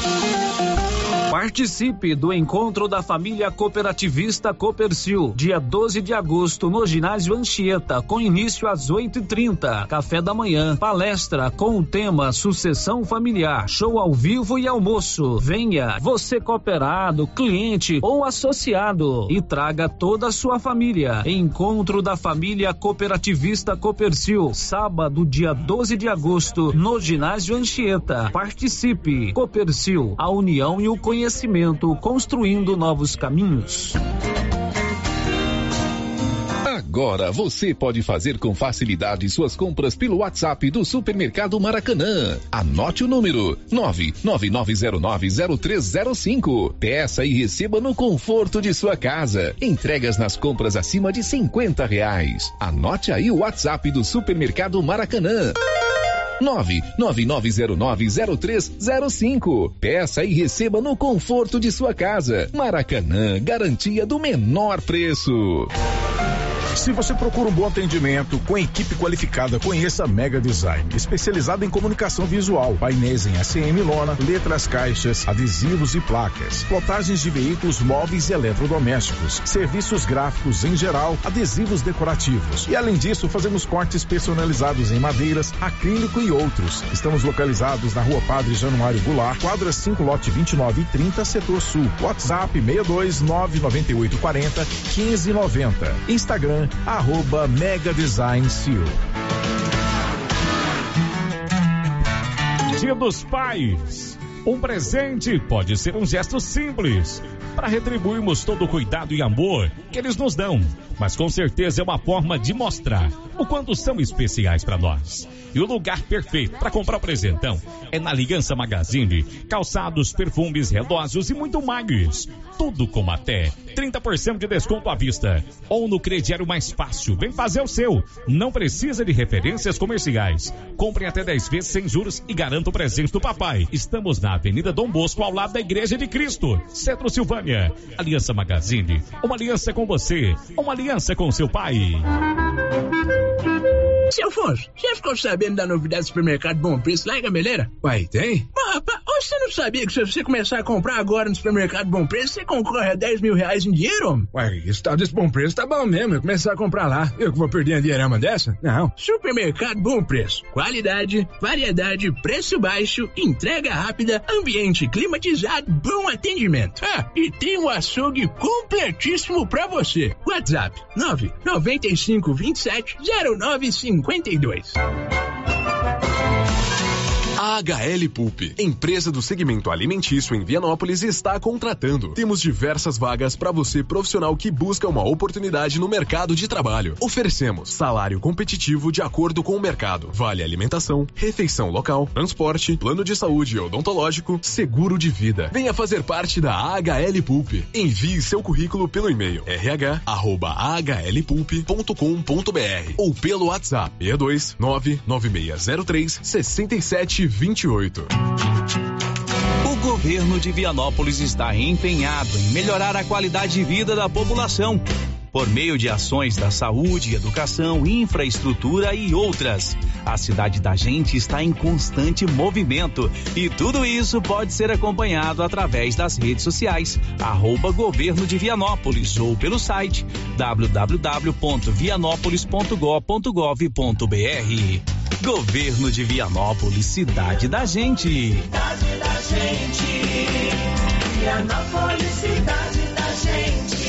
Participe do encontro da família cooperativista Copercil, dia 12 de agosto, no ginásio Anchieta, com início às 8h30. Café da manhã, palestra com o tema Sucessão Familiar, show ao vivo e almoço. Venha, você cooperado, cliente ou associado, e traga toda a sua família. Encontro da família cooperativista Copercil, sábado, dia 12 de agosto, no ginásio Anchieta. Participe. Copercil, a união e o conhecimento, construindo novos caminhos. Agora você pode fazer com facilidade suas compras pelo WhatsApp do Supermercado Maracanã. Anote o número 999090305. Peça e receba no conforto de sua casa. Entregas nas compras acima de R$50. Anote aí o WhatsApp do Supermercado Maracanã. 999090305. Peça e receba no conforto de sua casa. Maracanã, garantia do menor preço. Se você procura um bom atendimento com equipe qualificada, conheça a Mega Design, especializada em comunicação visual, painéis em ACM lona, letras caixas, adesivos e placas, plotagens de veículos móveis e eletrodomésticos, serviços gráficos em geral, adesivos decorativos. E além disso, fazemos cortes personalizados em madeiras, acrílico e outros. Estamos localizados na Rua Padre Januário Goulart, quadra 5, lote 29 e 30, setor sul. WhatsApp 62998401590. Instagram @Mega Design Sil. Dia dos Pais. Um presente pode ser um gesto simples para retribuirmos todo o cuidado e amor que eles nos dão, mas com certeza é uma forma de mostrar o quanto são especiais para nós. E o lugar perfeito para comprar o presentão é na Aliança Magazine. Calçados, perfumes, relógios e muito mais. Tudo com até 30% de desconto à vista. Ou no crediário mais fácil. Vem fazer o seu. Não precisa de referências comerciais. Compre até 10 vezes sem juros e garanta o presente do papai. Estamos na Avenida Dom Bosco, ao lado da Igreja de Cristo, Centro Silvânia. Aliança Magazine. Uma aliança com você. Uma aliança com seu pai. Seu Afonso, já ficou sabendo da novidade do supermercado Bom Preço lá em Gameleira? Uai, tem? Mas, rapaz, olha Você não sabia que se você começar a comprar agora no supermercado Bom Preço, você concorre a 10 mil reais em dinheiro? Ué, esse tal desse Bom Preço tá bom mesmo. Eu começar a comprar lá. Eu que vou perder uma dinheirama dessa? Não. Supermercado Bom Preço. Qualidade, variedade, preço baixo, entrega rápida, ambiente climatizado, bom atendimento. Ah, e tem um açougue completíssimo pra você. WhatsApp 995270952. A HL Pulp, empresa do segmento alimentício em Vianópolis, está contratando. Temos diversas vagas para você profissional que busca uma oportunidade no mercado de trabalho. Oferecemos salário competitivo de acordo com o mercado, vale alimentação, refeição local, transporte, plano de saúde odontológico, seguro de vida. Venha fazer parte da HL Pulp. Envie seu currículo pelo e-mail rh@hlpulp.com.br ou pelo WhatsApp 62 99603 6728. O governo de Vianópolis está empenhado em melhorar a qualidade de vida da população, por meio de ações da saúde, educação, infraestrutura e outras. A cidade da gente está em constante movimento e tudo isso pode ser acompanhado através das redes sociais, @Governo de Vianópolis ou pelo site www.vianopolis.gov.br. Governo de Vianópolis, cidade da gente. Cidade da gente. Vianópolis, cidade da gente.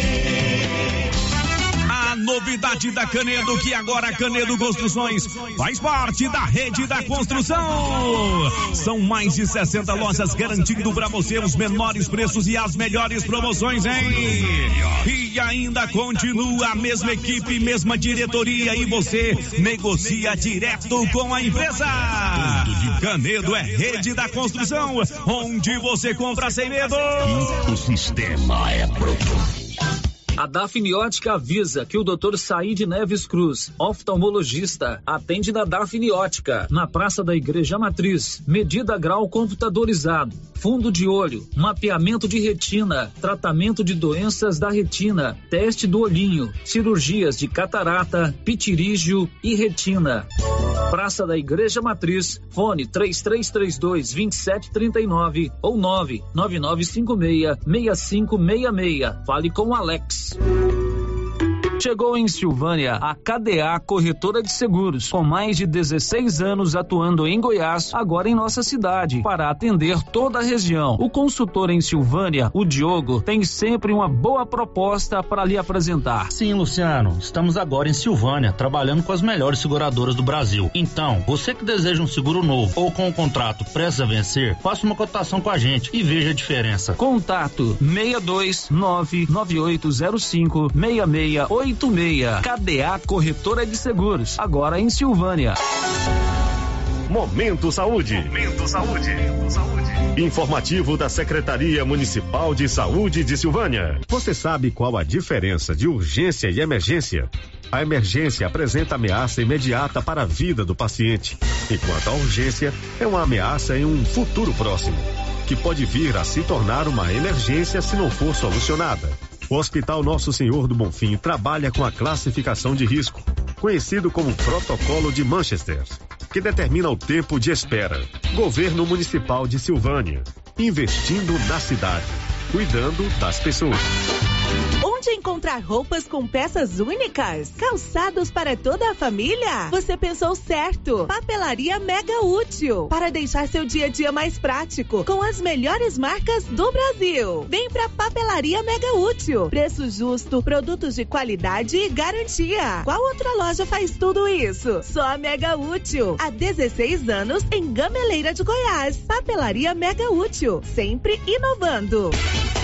A novidade da Canedo, que agora a Canedo Construções faz parte da rede da construção. São mais de 60 lojas garantindo para você os menores preços e as melhores promoções, hein? E ainda continua a mesma equipe, mesma diretoria e você negocia direto com a empresa. Canedo é rede da construção, onde você compra sem medo. O sistema é pronto. A Dafniótica avisa que o Dr. Saíde Neves Cruz, oftalmologista, atende na Dafniótica, na Praça da Igreja Matriz. Medida grau computadorizado, fundo de olho, mapeamento de retina, tratamento de doenças da retina, teste do olhinho, cirurgias de catarata, pitirígio e retina. Praça da Igreja Matriz, fone 3332-2739 ou 99956-6566. Fale com o Alex. Chegou em Silvânia a KDA Corretora de Seguros, com mais de 16 anos atuando em Goiás, agora em nossa cidade, para atender toda a região. O consultor em Silvânia, o Diogo, tem sempre uma boa proposta para lhe apresentar. Sim, Luciano, estamos agora em Silvânia, trabalhando com as melhores seguradoras do Brasil. Então, você que deseja um seguro novo ou com um contrato prestes a vencer, faça uma cotação com a gente e veja a diferença. Contato 62998056686. KDA Corretora de Seguros, agora em Silvânia. Momento Saúde. Momento Saúde. Informativo da Secretaria Municipal de Saúde de Silvânia. Você sabe qual a diferença de urgência e emergência? A emergência apresenta ameaça imediata para a vida do paciente, enquanto a urgência é uma ameaça em um futuro próximo, que pode vir a se tornar uma emergência se não for solucionada. O Hospital Nosso Senhor do Bonfim trabalha com a classificação de risco, conhecido como Protocolo de Manchester, que determina o tempo de espera. Governo Municipal de Silvânia, investindo na cidade, cuidando das pessoas. Onde encontrar roupas com peças únicas? Calçados para toda a família? Você pensou certo. Papelaria Mega Útil, para deixar seu dia a dia mais prático, com as melhores marcas do Brasil. Vem pra Papelaria Mega Útil. Preço justo, produtos de qualidade e garantia. Qual outra loja faz tudo isso? Só a Mega Útil. Há 16 anos em Gameleira de Goiás. Papelaria Mega Útil, sempre inovando.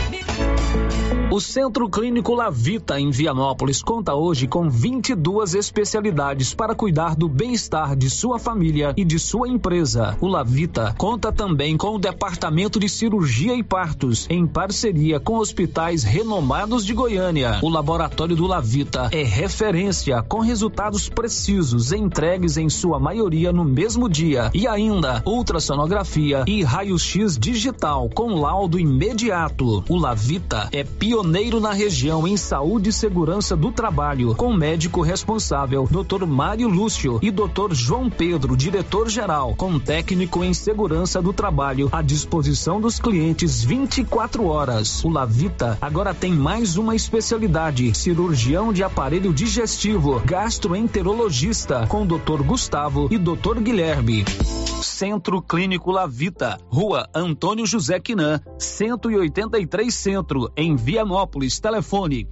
O Centro Clínico Lavita, em Vianópolis, conta hoje com 22 especialidades para cuidar do bem-estar de sua família e de sua empresa. O Lavita conta também com o Departamento de Cirurgia e Partos, em parceria com hospitais renomados de Goiânia. O Laboratório do Lavita é referência, com resultados precisos, entregues em sua maioria no mesmo dia. E ainda, ultrassonografia e raio-x digital, com laudo imediato. O Lavita é pioneiro pioneiro na região em saúde e segurança do trabalho, com médico responsável, Dr. Mário Lúcio, e Dr. João Pedro, diretor-geral, com técnico em segurança do trabalho, à disposição dos clientes 24 horas. O Lavita agora tem mais uma especialidade: cirurgião de aparelho digestivo, gastroenterologista, com Dr. Gustavo e Dr. Guilherme. Centro Clínico Lavita, Rua Antônio José Quinan, 183 Centro, em Vianópolis. Telefone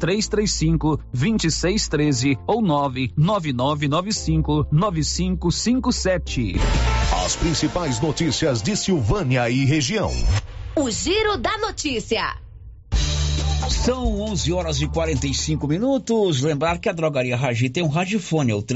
3335-2613 ou 99995-9557. As principais notícias de Silvânia e região. O Giro da Notícia. São 11 horas e 45 minutos. Lembrar que a Drogaria Ragi tem um radiofone, é o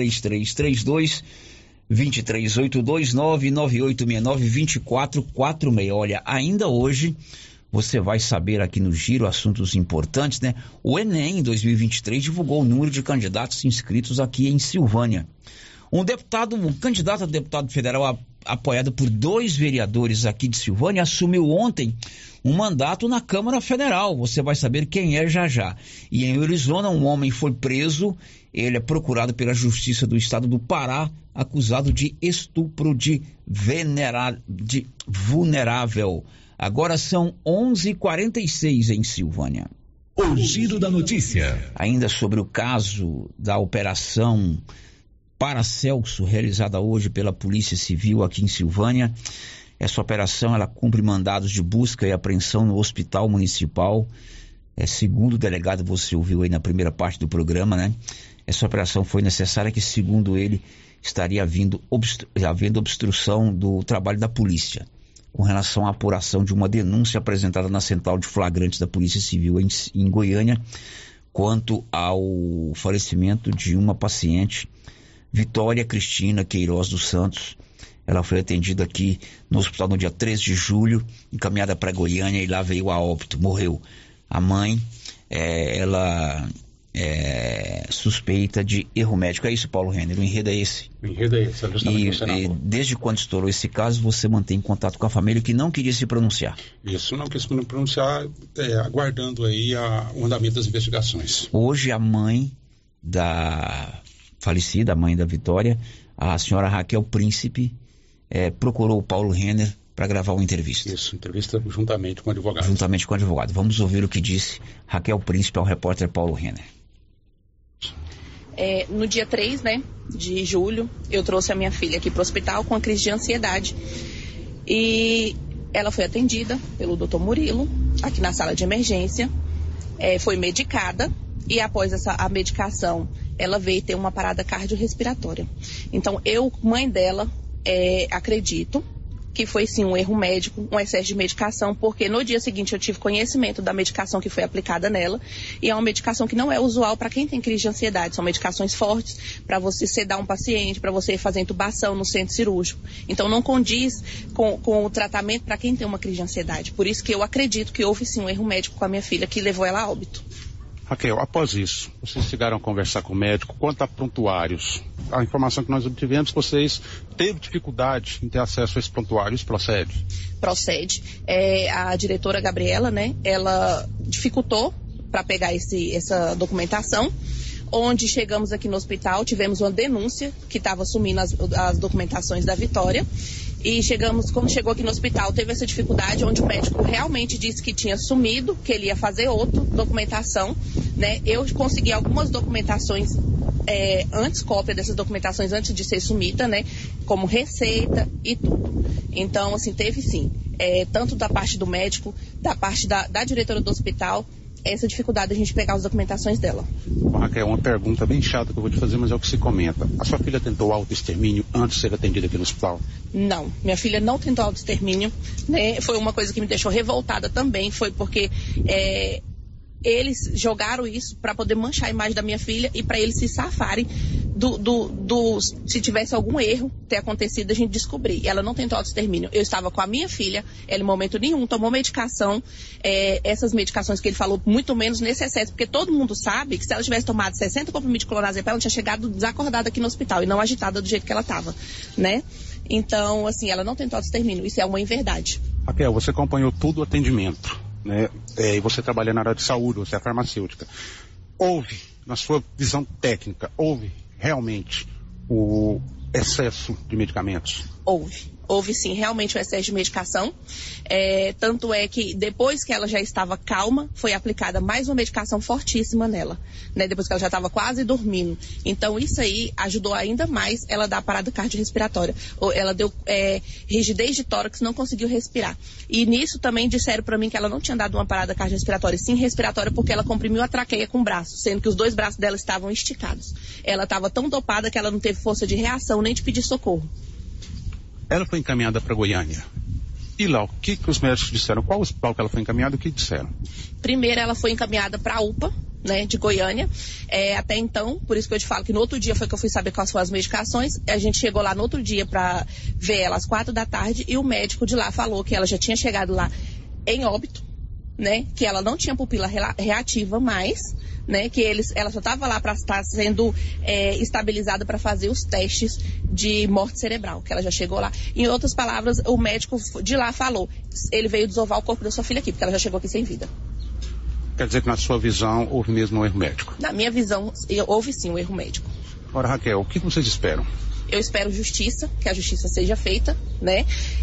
3332-2382-99869-2446. Olha, ainda hoje você vai saber aqui no Giro assuntos importantes, né? O Enem 2023 divulgou o número de candidatos inscritos aqui em Silvânia. Um candidato a deputado federal apoiado por 2 vereadores aqui de Silvânia assumiu ontem um mandato na Câmara Federal. Você vai saber quem é já já. E em Arizona, um homem foi preso. Ele é procurado pela Justiça do Estado do Pará, acusado de estupro de vulnerável. Agora são 11h46 em Silvânia. O Giro da Notícia. Ainda sobre o caso da operação Paracelso, realizada hoje pela Polícia Civil aqui em Silvânia. Essa operação, ela cumpre mandados de busca e apreensão no Hospital Municipal. Segundo o delegado, você ouviu aí na primeira parte do programa, né? Essa operação foi necessária que, segundo ele, estaria havendo obstrução do trabalho da polícia, com relação à apuração de uma denúncia apresentada na Central de Flagrantes da Polícia Civil em Goiânia, quanto ao falecimento de uma paciente, Vitória Cristina Queiroz dos Santos. Ela foi atendida aqui no hospital no dia 13 de julho, encaminhada para Goiânia, e lá veio a óbito, morreu. A mãe, ela é suspeita de erro médico. É isso, Paulo Renner, o enredo é esse? O enredo é esse, e desde quando estourou esse caso, você mantém contato com a família que não queria se pronunciar? Isso, não quis se pronunciar, aguardando aí o andamento das investigações. Hoje a mãe da falecida, a mãe da Vitória, a senhora Raquel Príncipe, procurou o Paulo Renner para gravar uma entrevista. Isso, entrevista juntamente com o advogado. Juntamente com o advogado. Vamos ouvir o que disse Raquel Príncipe ao repórter Paulo Renner. No dia 3, de julho, eu trouxe a minha filha aqui para o hospital com uma crise de ansiedade. E ela foi atendida pelo Dr. Murilo, aqui na sala de emergência. Foi medicada e após a medicação, ela veio ter uma parada cardiorrespiratória. Então, eu, mãe dela, acredito que foi sim um erro médico, um excesso de medicação, porque no dia seguinte eu tive conhecimento da medicação que foi aplicada nela, e é uma medicação que não é usual para quem tem crise de ansiedade. São medicações fortes para você sedar um paciente, para você fazer intubação no centro cirúrgico. Então não condiz com o tratamento para quem tem uma crise de ansiedade. Por isso que eu acredito que houve sim um erro médico com a minha filha, que levou ela a óbito. Raquel, após isso, vocês chegaram a conversar com o médico quanto a prontuários? A informação que nós obtivemos, vocês teve dificuldade em ter acesso a esses prontuários, procede? Procede. A diretora Gabriela, ela dificultou para pegar essa documentação. Onde chegamos aqui no hospital, tivemos uma denúncia que estava assumindo as documentações da Vitória. E quando chegou aqui no hospital, teve essa dificuldade, onde o médico realmente disse que tinha sumido, que ele ia fazer outra documentação, Eu consegui algumas documentações cópia dessas documentações antes de ser sumida, Como receita e tudo. Então, assim, teve sim, tanto da parte do médico, da parte da diretora do hospital, essa dificuldade de a gente pegar as documentações dela. Raquel, uma pergunta bem chata que eu vou te fazer, mas é o que se comenta. A sua filha tentou autoextermínio antes de ser atendida aqui no hospital? Não, minha filha não tentou autoextermínio, Foi uma coisa que me deixou revoltada também, foi porque eles jogaram isso para poder manchar a imagem da minha filha e para eles se safarem se tivesse algum erro ter acontecido, a gente descobrir. Ela não tentou autoextermínio. Eu estava com a minha filha, ela em momento nenhum tomou medicação, essas medicações que ele falou, muito menos nesse excesso, porque todo mundo sabe que se ela tivesse tomado 60 comprimidos de clonazepam, ela tinha chegado desacordada aqui no hospital e não agitada do jeito que ela estava, Então, assim, ela não tentou autoextermínio, isso é uma inverdade. Raquel, você acompanhou todo o atendimento, né? E você trabalha na área de saúde, você é farmacêutica. Houve, na sua visão técnica, houve realmente o excesso de medicamentos? Houve sim, realmente o excesso de medicação. Tanto é que depois que ela já estava calma, foi aplicada mais uma medicação fortíssima nela, né? Depois que ela já estava quase dormindo. Então isso aí ajudou ainda mais ela a dar parada cardiorrespiratória. Ela deu rigidez de tórax, não conseguiu respirar. E nisso também disseram para mim que ela não tinha dado uma parada cardiorrespiratória, sim respiratória, porque ela comprimiu a traqueia com o braço, sendo que os 2 braços dela estavam esticados. Ela estava tão dopada que ela não teve força de reação nem de pedir socorro. Ela foi encaminhada para Goiânia. E lá, o que os médicos disseram? Qual hospital que ela foi encaminhada e o que disseram? Primeiro, ela foi encaminhada para a UPA, né, de Goiânia. Até então, por isso que eu te falo que no outro dia foi que eu fui saber quais foram as medicações. A gente chegou lá no outro dia para ver ela às 4 da tarde e o médico de lá falou que ela já tinha chegado lá em óbito, né, que ela não tinha pupila reativa mais, né, que ela só estava lá para estar sendo estabilizada para fazer os testes de morte cerebral, que ela já chegou lá. Em outras palavras, o médico de lá falou, ele veio desovar o corpo da sua filha aqui, porque ela já chegou aqui sem vida. Quer dizer que na sua visão houve mesmo um erro médico? Na minha visão, houve sim um erro médico. Ora, Raquel, o que vocês esperam? Eu espero justiça, que a justiça seja feita, né?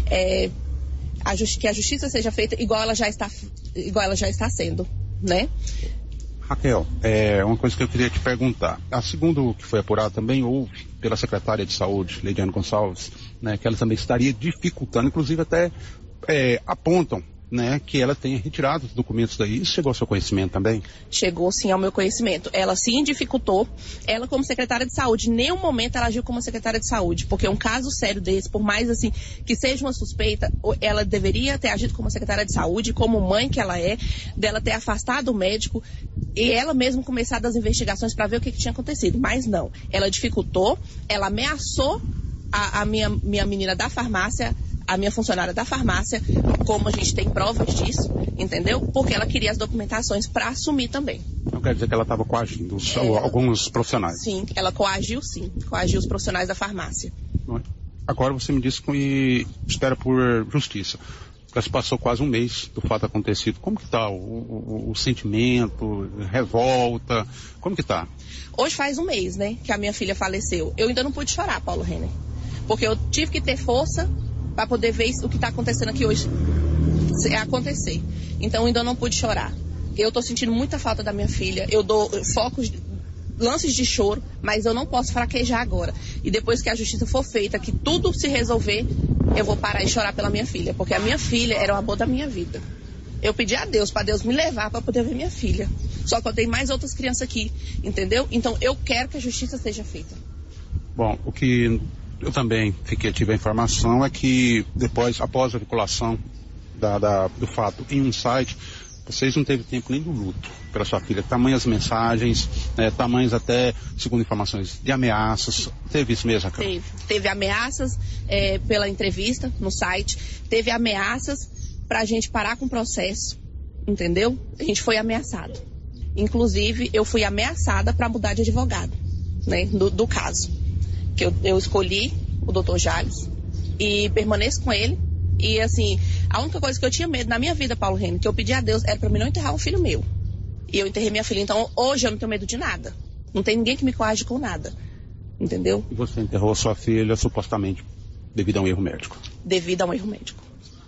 Que a justiça seja feita igual ela já está sendo, né? Raquel, uma coisa que eu queria te perguntar. Segundo o que foi apurado, também houve pela secretária de saúde, Leidiane Gonçalves, né, que ela também estaria dificultando, inclusive até apontam, né, que ela tenha retirado os documentos daí. Isso chegou ao seu conhecimento também? Chegou sim ao meu conhecimento. Ela sim dificultou. Ela, como secretária de saúde, em nenhum momento ela agiu como secretária de saúde, porque um caso sério desse, por mais assim que seja uma suspeita, ela deveria ter agido como secretária de saúde, como mãe que ela é, dela ter afastado o médico e ela mesma começado as investigações para ver o que tinha acontecido. Mas não, ela dificultou, ela ameaçou a minha menina da farmácia, a minha funcionária da farmácia, como a gente tem provas disso, entendeu? Porque ela queria as documentações para assumir também. Não quer dizer que ela estava coagindo alguns profissionais? Sim, ela coagiu os profissionais da farmácia. Agora você me disse que espera por justiça. Já se passou quase um mês do fato acontecido. Como que está o sentimento, revolta? Como que está? Hoje faz um mês, né, que a minha filha faleceu. Eu ainda não pude chorar, Paulo Renner, porque eu tive que ter força para poder ver o que está acontecendo aqui hoje acontecer. Então ainda não pude chorar. Eu estou sentindo muita falta da minha filha. Eu dou focos, lances de choro, mas eu não posso fraquejar agora. E depois que a justiça for feita, que tudo se resolver, eu vou parar de chorar pela minha filha, porque a minha filha era o amor da minha vida. Eu pedi a Deus, para Deus me levar para poder ver minha filha. Só que eu tenho mais outras crianças aqui, entendeu? Então eu quero que a justiça seja feita. Bom, o que eu também tive a informação é que após a vinculação do fato em um site, vocês não teve tempo nem do luto pela sua filha. Tamanhas mensagens, tamanhos até, segundo informações, de ameaças. Teve isso mesmo, Raquel? Teve ameaças pela entrevista no site, teve ameaças pra gente parar com o processo, entendeu? A gente foi ameaçado. Inclusive, eu fui ameaçada para mudar de advogado, né, do caso. Que eu escolhi o Dr. Jales e permaneço com ele. E assim, a única coisa que eu tinha medo na minha vida, Paulo Renner, que eu pedi a Deus, era para mim não enterrar um filho meu. E eu enterrei minha filha. Então hoje eu não tenho medo de nada. Não tem ninguém que me coage com nada. Entendeu? E você enterrou sua filha supostamente devido a um erro médico? Devido a um erro médico.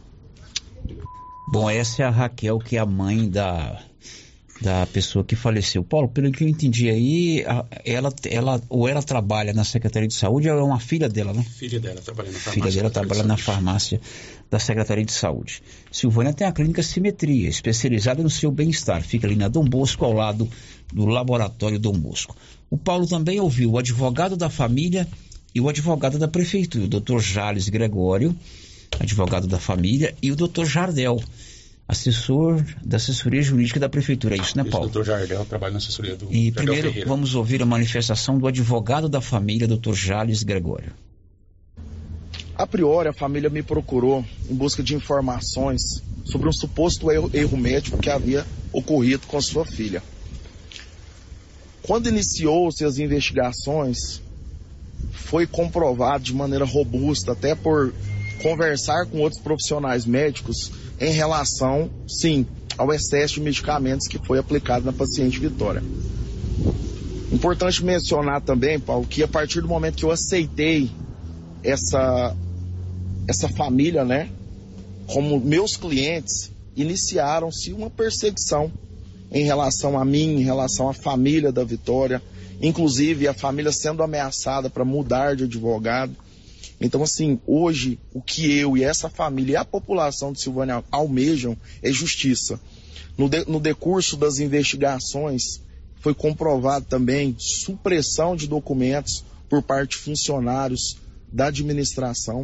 Bom, essa é a Raquel, que é a mãe da pessoa que faleceu. Paulo, pelo que eu entendi aí, ela trabalha na Secretaria de Saúde ou é uma filha dela, né? Filha dela trabalha na farmácia. Filha dela trabalha na farmácia da Secretaria de Saúde. Silvânia tem a clínica Simetria, especializada no seu bem-estar. Fica ali na Dom Bosco, ao lado do Laboratório Dom Bosco. O Paulo também ouviu o advogado da família e o advogado da prefeitura, o Dr. Jales Gregório, advogado da família, e o Dr. Jardel, assessor da assessoria jurídica da prefeitura. É isso, né, Paulo? O doutor Jardel trabalha na assessoria do E Jardel primeiro Ferreira. Vamos ouvir a manifestação do advogado da família, doutor Jales Gregório. A priori, a família me procurou em busca de informações sobre um suposto erro médico que havia ocorrido com sua filha. Quando iniciou-se as investigações, foi comprovado de maneira robusta, até por conversar com outros profissionais médicos, em relação, sim, ao excesso de medicamentos que foi aplicado na paciente Vitória. Importante mencionar também, Paulo, que a partir do momento que eu aceitei essa família, né, como meus clientes, iniciaram-se uma perseguição em relação a mim, em relação à família da Vitória, inclusive a família sendo ameaçada para mudar de advogado. Então, assim, hoje o que eu e essa família e a população de Silvânia almejam é justiça. No decurso das investigações, foi comprovado também supressão de documentos por parte de funcionários da administração.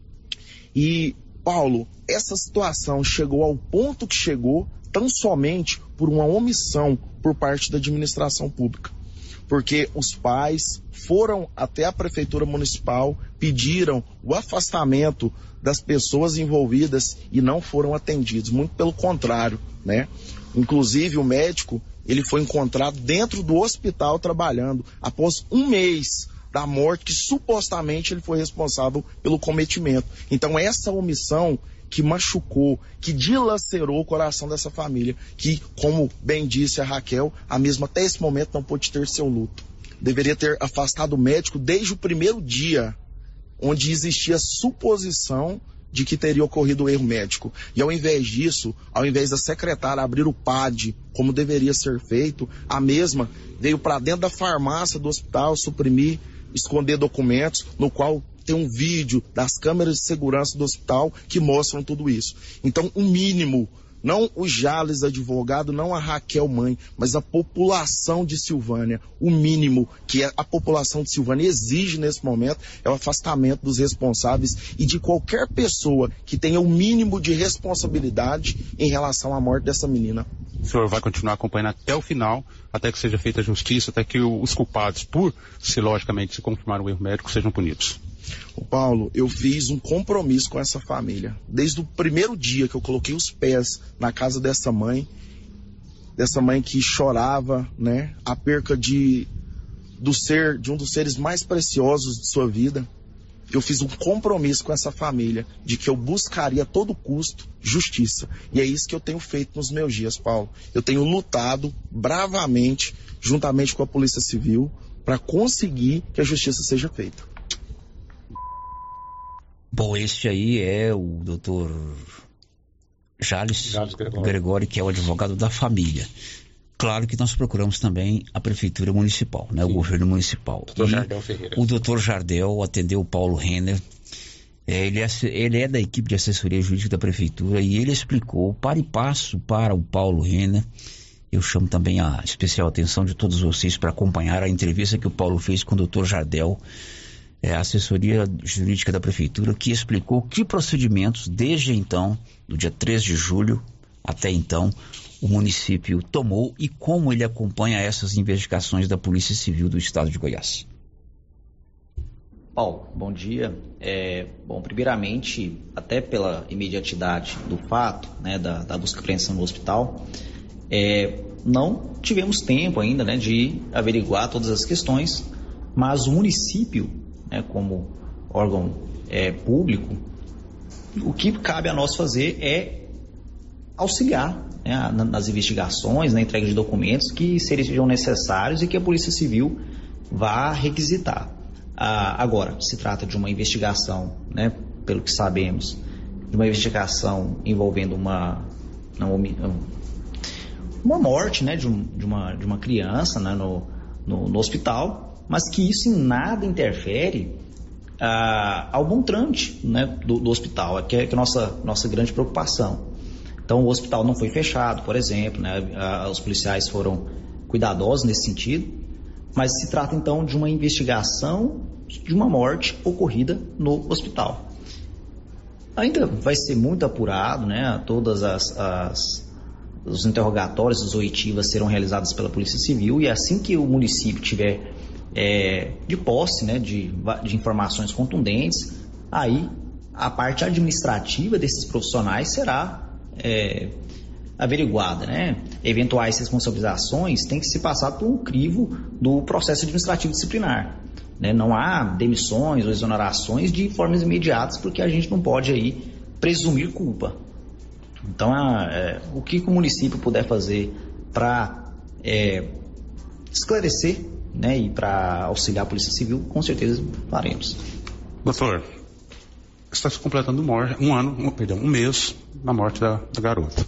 E, Paulo, essa situação chegou ao ponto que chegou tão somente por uma omissão por parte da administração pública. Porque os pais foram até a Prefeitura Municipal, pediram o afastamento das pessoas envolvidas e não foram atendidos. Muito pelo contrário, né? Inclusive o médico, ele foi encontrado dentro do hospital trabalhando após um mês da morte que supostamente ele foi responsável pelo cometimento. Então essa omissão que machucou, que dilacerou o coração dessa família, que, como bem disse a Raquel, a mesma até esse momento não pôde ter seu luto. Deveria ter afastado o médico desde o primeiro dia, onde existia suposição de que teria ocorrido o erro médico. E ao invés disso, ao invés da secretária abrir o PAD, como deveria ser feito, a mesma veio para dentro da farmácia do hospital suprimir, esconder documentos, no qual tem um vídeo das câmeras de segurança do hospital que mostram tudo isso. Então, o mínimo, não o Jales advogado, não a Raquel mãe, mas a população de Silvânia, o mínimo que a população de Silvânia exige nesse momento é o afastamento dos responsáveis e de qualquer pessoa que tenha o mínimo de responsabilidade em relação à morte dessa menina. O senhor vai continuar acompanhando até o final, até que seja feita a justiça, até que os culpados, por se logicamente se confirmar o erro médico, sejam punidos. O Paulo, eu fiz um compromisso com essa família. Desde o primeiro dia que eu coloquei os pés na casa dessa mãe que chorava, né, a perca de um dos seres mais preciosos de sua vida. Eu fiz um compromisso com essa família de que eu buscaria a todo custo justiça. E é isso que eu tenho feito nos meus dias, Paulo. Eu tenho lutado bravamente, juntamente com a Polícia Civil, para conseguir que a justiça seja feita. Bom, este aí é o doutor Jales Gregório, que é o advogado da família. Claro que nós procuramos também a Prefeitura Municipal, né? O governo municipal. O doutor Jardel atendeu o Paulo Renner. Ele é da equipe de assessoria jurídica da Prefeitura e ele explicou para e passo para o Paulo Renner. Eu chamo também a especial atenção de todos vocês para acompanhar a entrevista que o Paulo fez com o doutor Jardel, a assessoria jurídica da Prefeitura, que explicou que procedimentos, desde então, do dia 3 de julho até então, o município tomou e como ele acompanha essas investigações da Polícia Civil do Estado de Goiás. Paulo, bom dia. Bom, primeiramente, até pela imediatidade do fato, né, da busca e apreensão no hospital, não tivemos tempo ainda, né, de averiguar todas as questões, mas o município, né, como órgão público, o que cabe a nós fazer é auxiliar, né, nas investigações, na entrega de documentos que sejam necessários e que a Polícia Civil vá requisitar. Agora, se trata de uma investigação, né, pelo que sabemos, de uma investigação envolvendo uma morte, né, de uma criança, né, no hospital, mas que isso em nada interfere ao bom trâmite, né, do hospital, que é a nossa grande preocupação. Então, o hospital não foi fechado, por exemplo, né, os policiais foram cuidadosos nesse sentido, mas se trata então de uma investigação de uma morte ocorrida no hospital. Ainda vai ser muito apurado, né, todas os interrogatórios, as oitivas serão realizadas pela Polícia Civil e assim que o município tiver de posse, né, de informações contundentes, aí a parte administrativa desses profissionais será averiguada, né? Eventuais responsabilizações têm que se passar por um crivo do processo administrativo disciplinar, né? Não há demissões ou exonerações de formas imediatas, porque a gente não pode aí presumir culpa. Então, o que o município puder fazer para esclarecer, né, e para auxiliar a Polícia Civil, com certeza faremos. Doutor, está se completando um mês da morte da garota.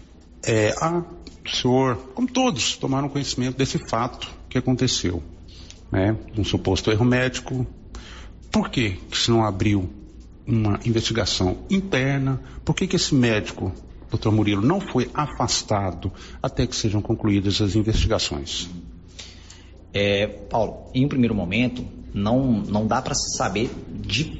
O senhor, como todos, tomaram conhecimento desse fato que aconteceu, né, um suposto erro médico. Por que se não abriu uma investigação interna? Por que esse médico, doutor Murilo, não foi afastado até que sejam concluídas as investigações? Paulo, em um primeiro momento, não dá para se saber de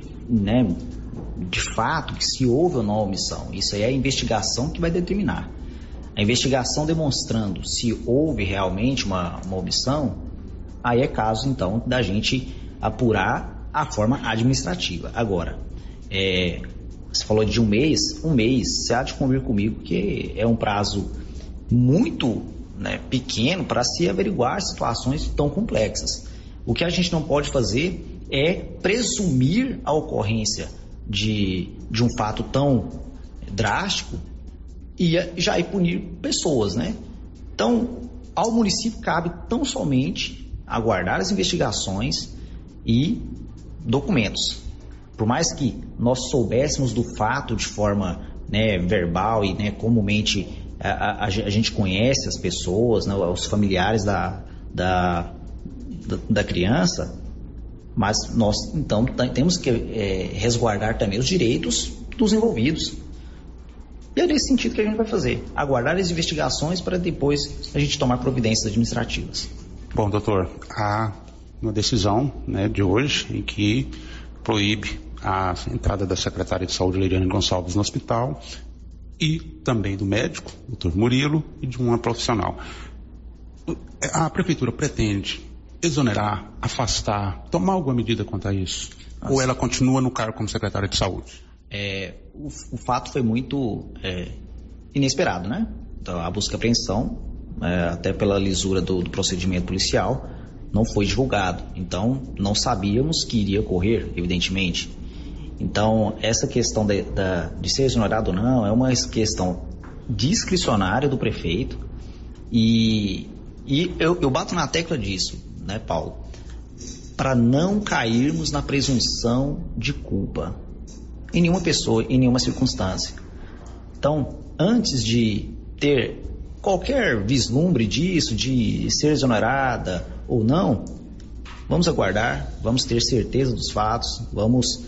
fato que se houve ou não a omissão. Isso aí é a investigação que vai determinar. A investigação demonstrando se houve realmente uma omissão, aí é caso, então, da gente apurar a forma administrativa. Agora, você falou de um mês, você há de convir comigo que é um prazo muito, né, pequeno para se averiguar situações tão complexas. O que a gente não pode fazer é presumir a ocorrência de um fato tão drástico e já ir punir pessoas, né? Então, ao município cabe tão somente aguardar as investigações e documentos. Por mais que nós soubéssemos do fato de forma, né, verbal e, né, comumente a gente conhece as pessoas, né, os familiares da criança, mas nós então temos que resguardar também os direitos dos envolvidos. E é nesse sentido que a gente vai fazer, aguardar as investigações para depois a gente tomar providências administrativas. Bom, doutor, há uma decisão, né, de hoje em que proíbe a entrada da secretária de saúde, Leiliane Gonçalves, no hospital, e também do médico, doutor Murilo, e de uma profissional. A prefeitura pretende exonerar, afastar, tomar alguma medida quanto a isso? Nossa. Ou ela continua no cargo como secretária de saúde? O fato foi muito inesperado, né? Então, a busca e apreensão, até pela lisura do procedimento policial, não foi divulgado. Então, não sabíamos que iria ocorrer, evidentemente. Então, essa questão de ser exonerado ou não é uma questão discricionária do prefeito e eu bato na tecla disso, né, Paulo? Para não cairmos na presunção de culpa em nenhuma pessoa, em nenhuma circunstância. Então, antes de ter qualquer vislumbre disso, de ser exonerada ou não, vamos aguardar, vamos ter certeza dos fatos, vamos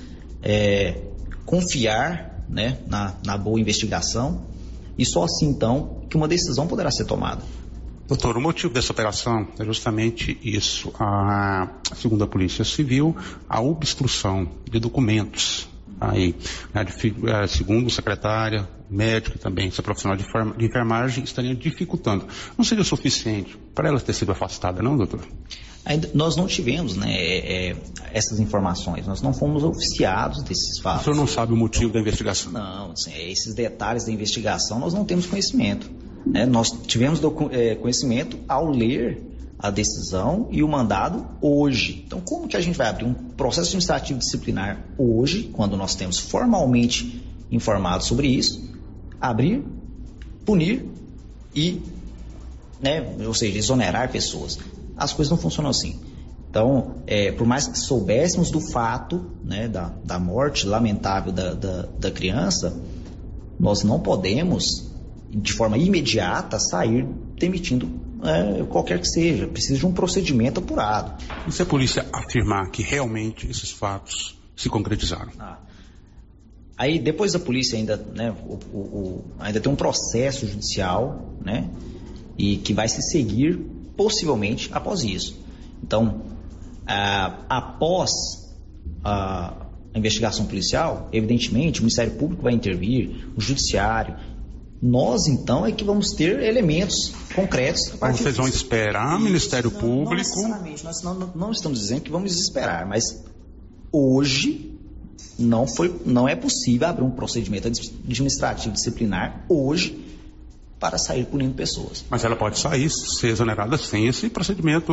confiar, né, na boa investigação, e só assim então que uma decisão poderá ser tomada. Doutor, o motivo dessa operação é justamente isso. Segundo a Polícia Civil, a obstrução de documentos. Aí, segundo a secretária, médico e também essa profissional de enfermagem estaria dificultando. Não seria suficiente para ela ter sido afastada, não, doutor? Nós não tivemos, né, essas informações, nós não fomos oficiados desses fatos. O senhor não sabe o motivo da investigação? Não, assim, esses detalhes da investigação nós não temos conhecimento. Né? Nós tivemos conhecimento ao ler a decisão e o mandado hoje. Então, como que a gente vai abrir um processo administrativo disciplinar hoje, quando nós temos formalmente informado sobre isso, abrir, punir e, né, ou seja, exonerar pessoas? As coisas não funcionam assim. Então, por mais que soubéssemos do fato, né, da morte lamentável da criança, nós não podemos, de forma imediata, sair demitindo qualquer que seja. Precisa de um procedimento apurado. E se a polícia afirmar que realmente esses fatos se concretizaram? Aí depois da polícia ainda, né, ainda tem um processo judicial, né, e que vai se seguir possivelmente após isso. Então, após a investigação policial, evidentemente o Ministério Público vai intervir, o Judiciário. Nós, então, é que vamos ter elementos concretos. Vocês vão esperar o Ministério Público? Não necessariamente, nós não estamos dizendo que vamos esperar, mas hoje não é possível abrir um procedimento administrativo disciplinar hoje para sair punindo pessoas. Mas ela pode sair, ser exonerada sem esse procedimento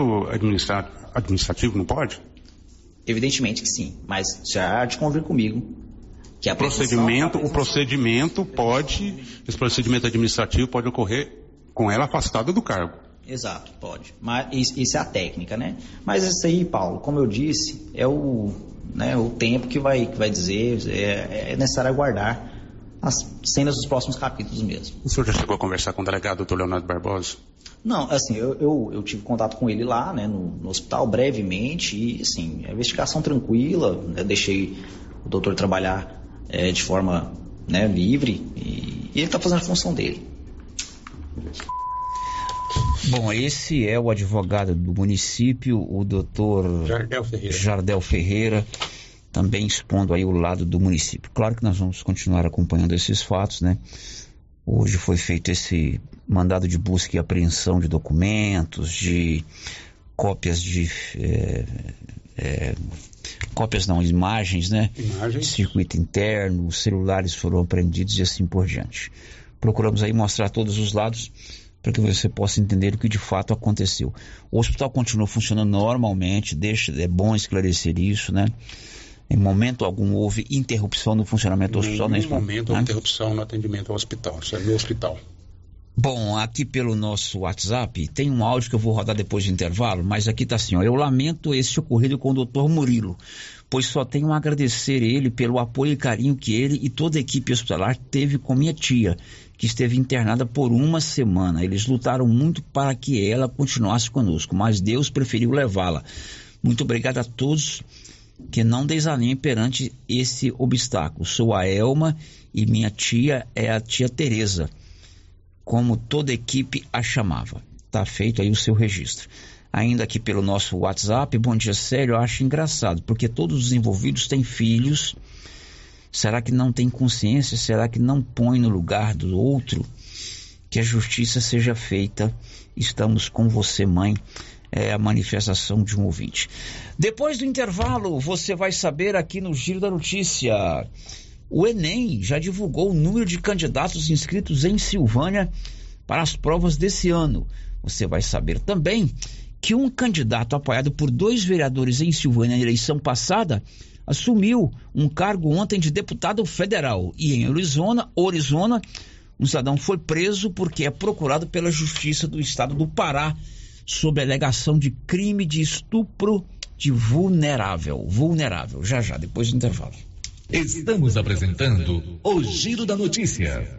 administrativo, não pode? Evidentemente que sim, mas já há de convir comigo Que é a o procedimento administrativo pode ocorrer com ela afastada do cargo. Exato, pode. Mas isso é a técnica, né? Mas isso aí, Paulo, como eu disse, é o tempo que vai dizer, é necessário aguardar as cenas dos próximos capítulos mesmo. O senhor já chegou a conversar com o delegado Dr. Leonardo Barbosa? Não, assim, eu tive contato com ele lá, né, no hospital brevemente e, assim, a investigação tranquila, né, deixei o doutor trabalhar de forma, né, livre e ele está fazendo a função dele. Bom, esse é o advogado do município, o doutor Jardel Ferreira, também expondo aí o lado do município. Claro que nós vamos continuar acompanhando esses fatos, né? Hoje foi feito esse mandado de busca e apreensão de documentos, de cópias de... imagens, né? De circuito interno, os celulares foram apreendidos e assim por diante. Procuramos aí mostrar todos os lados para que você possa entender o que de fato aconteceu. O hospital continua funcionando normalmente, é bom esclarecer isso, né? Em momento algum houve interrupção no funcionamento do hospital. Em nenhum momento houve interrupção no atendimento ao hospital, isso é meu hospital. Bom, aqui pelo nosso WhatsApp, tem um áudio que eu vou rodar depois do intervalo, mas aqui está assim, ó, eu lamento esse ocorrido com o Dr. Murilo, pois só tenho a agradecer ele pelo apoio e carinho que ele e toda a equipe hospitalar teve com minha tia, que esteve internada por 1 semana. Eles lutaram muito para que ela continuasse conosco, mas Deus preferiu levá-la. Muito obrigado a todos, que não desanime perante esse obstáculo. Sou a Elma e minha tia é a tia Tereza, como toda a equipe a chamava. Tá feito aí o seu registro. Ainda aqui pelo nosso WhatsApp, bom dia, sério, eu acho engraçado, porque todos os envolvidos têm filhos. Será que não tem consciência? Será que não põe no lugar do outro? Que a justiça seja feita. Estamos com você, mãe. É a manifestação de um ouvinte. Depois do intervalo, você vai saber aqui no Giro da Notícia. O Enem já divulgou o número de candidatos inscritos em Silvânia para as provas desse ano. Você vai saber também que um candidato apoiado por 2 vereadores em Silvânia na eleição passada assumiu um cargo ontem de deputado federal. E em Orizona, um cidadão foi preso porque é procurado pela Justiça do Estado do Pará sob alegação de crime de estupro de vulnerável. Já, depois do intervalo. Estamos apresentando o Giro da Notícia.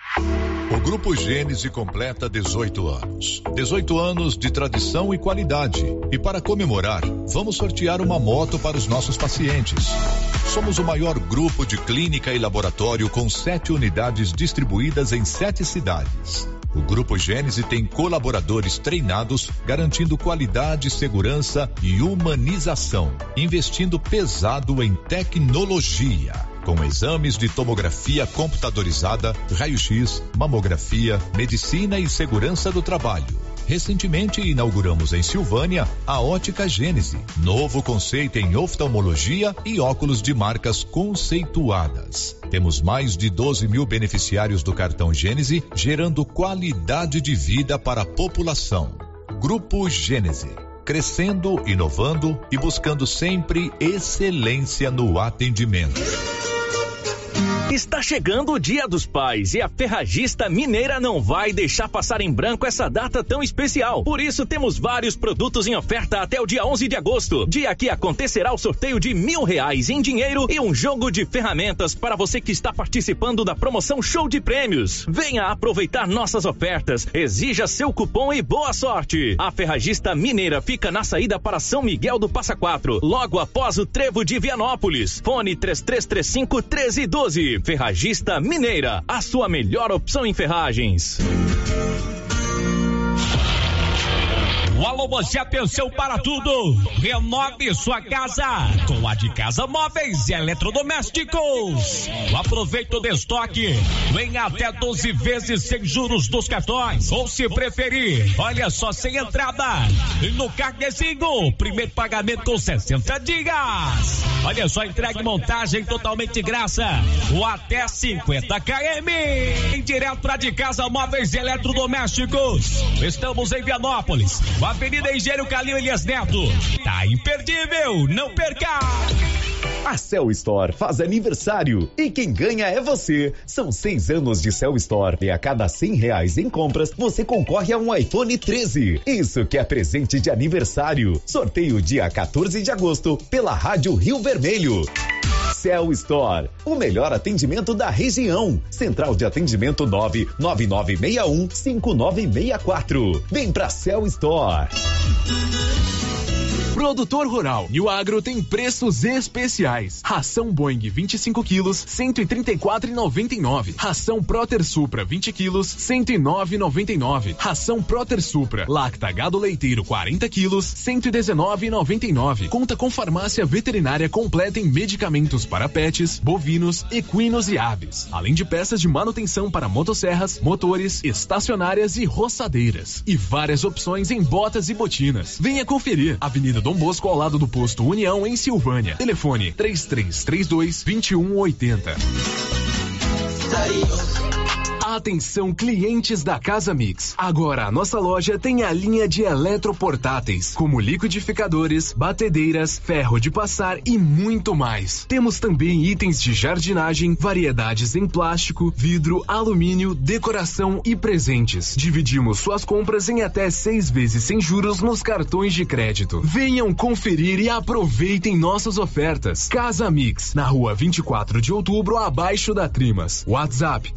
O Grupo Gênese completa 18 anos. 18 anos de tradição e qualidade. E para comemorar, vamos sortear uma moto para os nossos pacientes. Somos o maior grupo de clínica e laboratório com 7 unidades distribuídas em 7 cidades. O Grupo Gênese tem colaboradores treinados, garantindo qualidade, segurança e humanização, investindo pesado em tecnologia, com exames de tomografia computadorizada, raio-x, mamografia, medicina e segurança do trabalho. Recentemente inauguramos em Silvânia a Ótica Gênese, novo conceito em oftalmologia e óculos de marcas conceituadas. Temos mais de 12 mil beneficiários do cartão Gênese, gerando qualidade de vida para a população. Grupo Gênese, crescendo, inovando e buscando sempre excelência no atendimento. Está chegando o Dia dos Pais e a Ferragista Mineira não vai deixar passar em branco essa data tão especial. Por isso temos vários produtos em oferta até o dia 11 de agosto, dia que acontecerá o sorteio de R$1.000 em dinheiro e um jogo de ferramentas para você que está participando da promoção Show de Prêmios. Venha aproveitar nossas ofertas, exija seu cupom e boa sorte. A Ferragista Mineira fica na saída para São Miguel do Passa Quatro, logo após o Trevo de Vianópolis. Fone 3335-1312. Ferragista Mineira, a sua melhor opção em ferragens. O Alô Você, atenção para tudo. Renove sua casa com a de Casa Móveis e Eletrodomésticos. Aproveite o estoque. Venha até 12 vezes sem juros dos cartões. Ou se preferir, olha só, sem entrada. No carnezinho, primeiro pagamento com 60 dias. Olha só, entrega e montagem totalmente de graça. Ou até 50 km. Em direto para de Casa Móveis e Eletrodomésticos. Estamos em Vianópolis, Avenida Engenheiro Calil Elias Neto. Tá imperdível, não perca! A Cell Store faz aniversário e quem ganha é você. São 6 anos de Cell Store e a cada R$100 em compras você concorre a um iPhone 13. Isso que é presente de aniversário. Sorteio dia 14 de agosto pela Rádio Rio Vermelho. Cell Store, o melhor atendimento da região. Central de atendimento 99961-5964. Vem pra Cell Store. Produtor Rural New Agro tem preços especiais. Ração Boeing 25 quilos, R$134,99. Ração Proter Supra 20 quilos, R$109,99. Ração Proter Supra Lacta Gado Leiteiro 40 quilos, R$119,99. Conta com farmácia veterinária completa em medicamentos para pets, bovinos, equinos e aves. Além de peças de manutenção para motosserras, motores, estacionárias e roçadeiras. E várias opções em botas e botinas. Venha conferir. Avenida Dom Bosco, ao lado do posto União, em Silvânia. Telefone 3332-2180. Atenção, clientes da Casa Mix. Agora a nossa loja tem a linha de eletroportáteis, como liquidificadores, batedeiras, ferro de passar e muito mais. Temos também itens de jardinagem, variedades em plástico, vidro, alumínio, decoração e presentes. Dividimos suas compras em até 6 vezes sem juros nos cartões de crédito. Venham conferir e aproveitem nossas ofertas. Casa Mix, na rua 24 de outubro, abaixo da Trimas. WhatsApp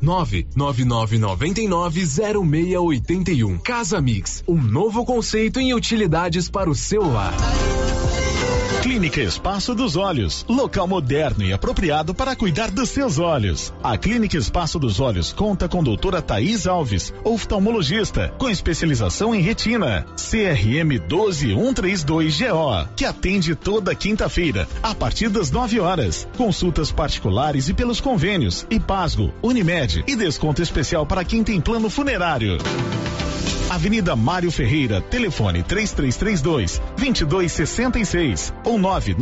999990681. Casa Mix, um novo conceito em utilidades para o seu lar. Clínica Espaço dos Olhos, local moderno e apropriado para cuidar dos seus olhos. A Clínica Espaço dos Olhos conta com doutora Thaís Alves, oftalmologista, com especialização em retina, CRM 12132GO, que atende toda quinta-feira, a partir das 9 horas. Consultas particulares e pelos convênios, Ipasgo, Unimed e desconto especial para quem tem plano funerário. Avenida Mário Ferreira, telefone 3332-2266 ou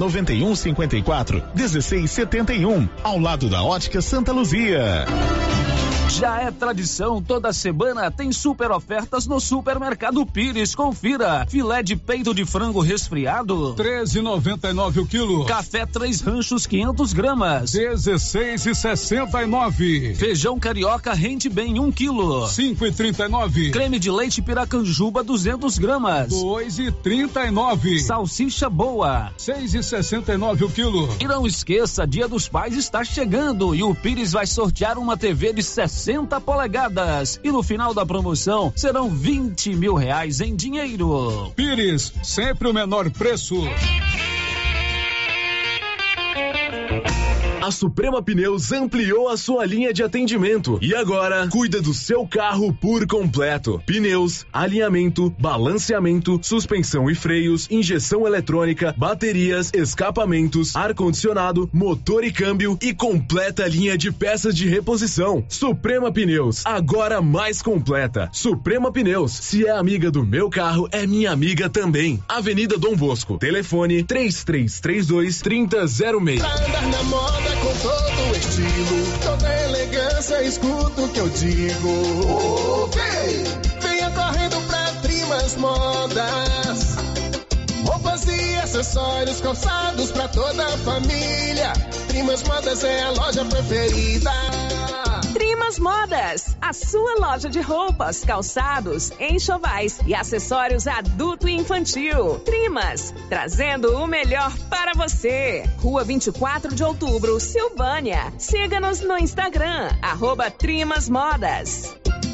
99154-1671, ao lado da Ótica Santa Luzia. Já é tradição, toda semana tem super ofertas no Supermercado Pires. Confira: filé de peito de frango resfriado, R$13,99 o quilo. Café 3 ranchos 500 gramas, R$16,69. Feijão carioca rende bem 1 quilo, R$5,39. Creme de leite Piracanjuba 200 gramas, R$2,39. Salsicha boa, R$6,69 o quilo. E não esqueça, Dia dos Pais está chegando e o Pires vai sortear uma TV de 60 polegadas e no final da promoção serão R$20 mil em dinheiro. Pires, sempre o menor preço. A Suprema Pneus ampliou a sua linha de atendimento e agora cuida do seu carro por completo. Pneus, alinhamento, balanceamento, suspensão e freios, injeção eletrônica, baterias, escapamentos, ar-condicionado, motor e câmbio e completa linha de peças de reposição. Suprema Pneus, agora mais completa. Suprema Pneus, se é amiga do meu carro, é minha amiga também. Avenida Dom Bosco, telefone 3332-3006. Pra andar na moda com todo o estilo, toda elegância, escuta o que eu digo. Okay. Venha correndo pra Trimas Modas. Roupas e acessórios, calçados pra toda a família. Trimas Modas é a loja preferida. Trimas Modas, a sua loja de roupas, calçados, enxovais e acessórios adulto e infantil. Trimas, trazendo o melhor para você. Rua 24 de outubro, Silvânia. Siga-nos no Instagram, @Trimasmodas.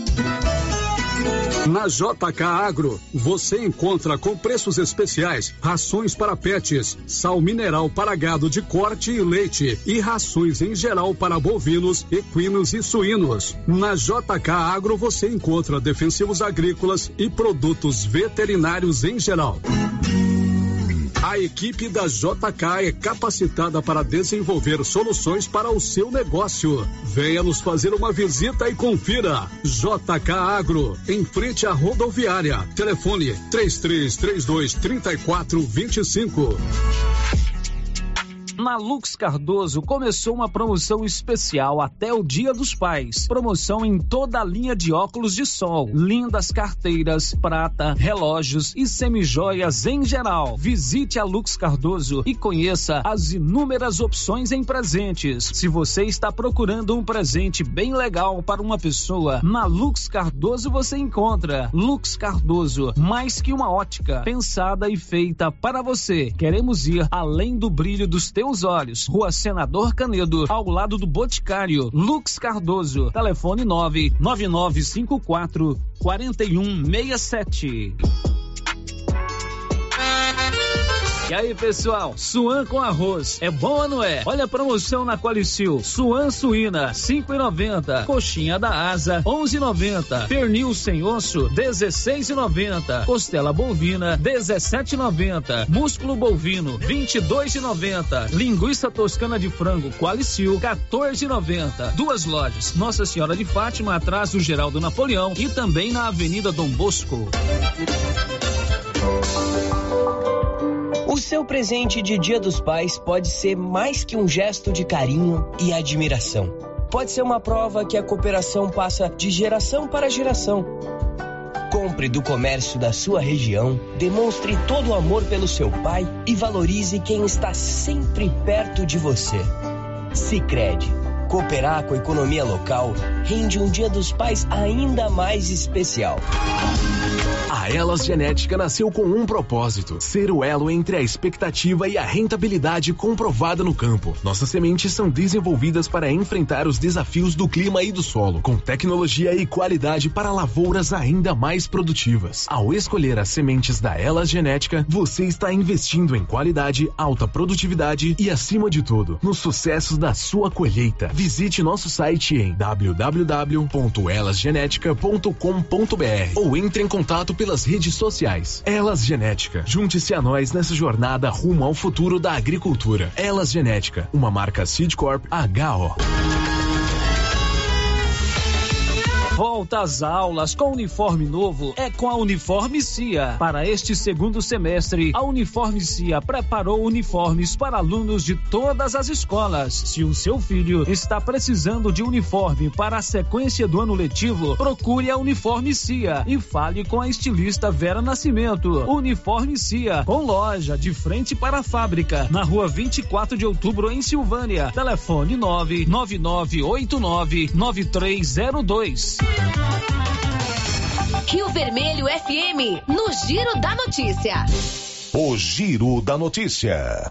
Na JK Agro, você encontra com preços especiais rações para pets, sal mineral para gado de corte e leite e rações em geral para bovinos, equinos e suínos. Na JK Agro você encontra defensivos agrícolas e produtos veterinários em geral. A equipe da JK é capacitada para desenvolver soluções para o seu negócio. Venha nos fazer uma visita e confira. JK Agro, em frente à rodoviária. Telefone 3332-3425. Na Lux Cardoso começou uma promoção especial até o Dia dos Pais. Promoção em toda a linha de óculos de sol, lindas carteiras, prata, relógios e semijoias em geral. Visite a Lux Cardoso e conheça as inúmeras opções em presentes. Se você está procurando um presente bem legal para uma pessoa, na Lux Cardoso você encontra. Lux Cardoso, mais que uma ótica, pensada e feita para você. Queremos ir além do brilho dos teus olhos. Rua Senador Canedo, ao lado do Boticário. Lux Cardoso, telefone 99954-4167. E aí, pessoal, suan com arroz, é bom ou não é? Olha a promoção na Qualicil. Suan suína, 5,90. Coxinha da asa, 11,90. Pernil sem osso, 16,90. Costela bovina, 17,90. Músculo bovino, 22,90. Linguiça toscana de frango Qualicil, 14,90. Duas lojas, Nossa Senhora de Fátima, atrás do Geraldo Napoleão, e também na Avenida Dom Bosco. O seu presente de Dia dos Pais pode ser mais que um gesto de carinho e admiração. Pode ser uma prova que a cooperação passa de geração para geração. Compre do comércio da sua região, demonstre todo o amor pelo seu pai e valorize quem está sempre perto de você. Sicredi. Cooperar com a economia local rende um Dia dos Pais ainda mais especial. A Elas Genética nasceu com um propósito: ser o elo entre a expectativa e a rentabilidade comprovada no campo. Nossas sementes são desenvolvidas para enfrentar os desafios do clima e do solo, com tecnologia e qualidade para lavouras ainda mais produtivas. Ao escolher as sementes da Elas Genética, você está investindo em qualidade, alta produtividade e, acima de tudo, no sucesso da sua colheita. Visite nosso site em www.elasgenetica.com.br ou entre em contato pelas redes sociais. Elas Genética. Junte-se a nós nessa jornada rumo ao futuro da agricultura. Elas Genética, uma marca Seedcorp HO. Volta às aulas com uniforme novo é com a Uniforme Cia. Para este segundo semestre, a Uniforme Cia preparou uniformes para alunos de todas as escolas. Se o seu filho está precisando de uniforme para a sequência do ano letivo, procure a Uniforme Cia e fale com a estilista Vera Nascimento. Uniforme Cia, com loja de frente para a fábrica, na rua 24 de outubro, em Silvânia. Telefone 999899302. Rio Vermelho FM, no Giro da Notícia. O Giro da Notícia.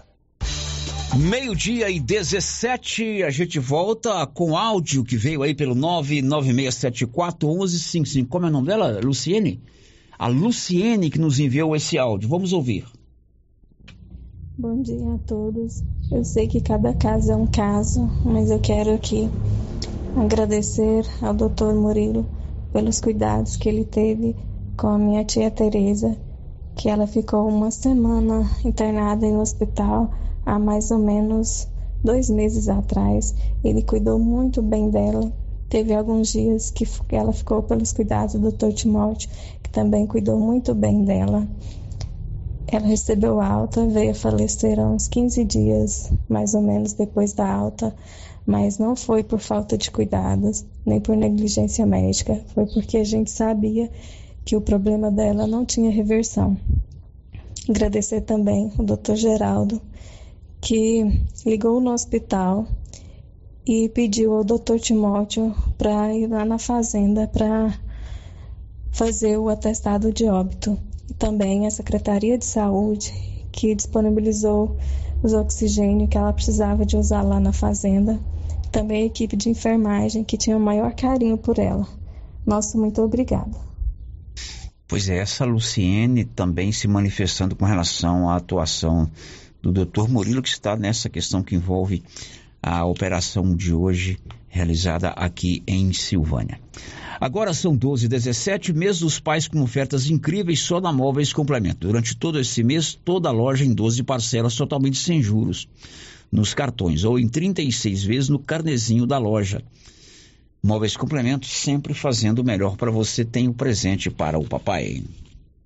12:17, a gente volta com áudio que veio aí pelo 99674-1155. Como é o nome dela? Luciene? A Luciene que nos enviou esse áudio. Vamos ouvir. Bom dia a todos. Eu sei que cada caso é um caso, mas eu quero aqui agradecer ao Dr. Murilo pelos cuidados que ele teve com a minha tia Tereza, que ela ficou uma semana internada no hospital há mais ou menos 2 meses atrás. Ele cuidou muito bem dela. Teve alguns dias que ela ficou pelos cuidados do Dr. Timóteo, que também cuidou muito bem dela. Ela recebeu alta, veio a falecer há uns 15 dias, mais ou menos, depois da alta, mas não foi por falta de cuidados, nem por negligência médica, foi porque a gente sabia que o problema dela não tinha reversão. Agradecer também o Dr. Geraldo, que ligou no hospital e pediu ao Dr. Timóteo para ir lá na fazenda para fazer o atestado de óbito. E também a Secretaria de Saúde, que disponibilizou os oxigênios que ela precisava de usar lá na fazenda. Também a equipe de enfermagem, que tinha o maior carinho por ela. Nosso muito obrigada. Pois é, essa Luciene também se manifestando com relação à atuação do Dr. Murilo, que está nessa questão que envolve a operação de hoje realizada aqui em Silvânia. Agora são 12h17, mês dos pais com ofertas incríveis só na Móveis Complemento. Durante todo esse mês, toda a loja em 12 parcelas totalmente sem juros nos cartões ou em 36 vezes no carnezinho da loja. Móveis Complemento, sempre fazendo o melhor para você. Tem o presente para o papai.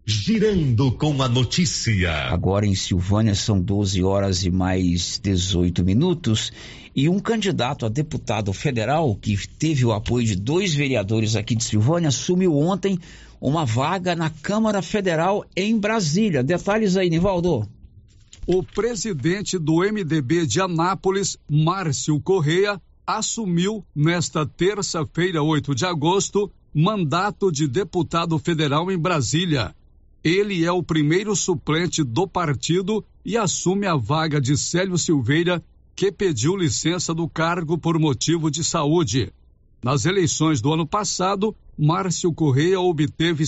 Girando com a notícia. Agora em Silvânia são 12 horas e mais 18 minutos. E um candidato a deputado federal, que teve o apoio de 2 vereadores aqui de Silvânia, assumiu ontem uma vaga na Câmara Federal em Brasília. Detalhes aí, Nivaldo. O presidente do MDB de Anápolis, Márcio Correia, assumiu nesta terça-feira, 8 de agosto, mandato de deputado federal em Brasília. Ele é o primeiro suplente do partido e assume a vaga de Célio Silveira, que pediu licença do cargo por motivo de saúde. Nas eleições do ano passado, Márcio Correia obteve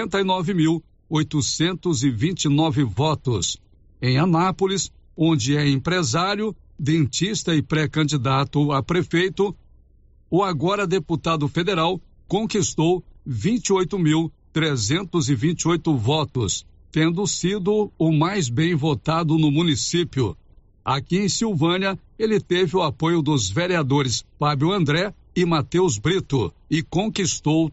59.829 votos. Em Anápolis, onde é empresário, dentista e pré-candidato a prefeito, o agora deputado federal conquistou 28.328 votos, tendo sido o mais bem votado no município. Aqui em Silvânia, ele teve o apoio dos vereadores Fábio André e Matheus Brito e conquistou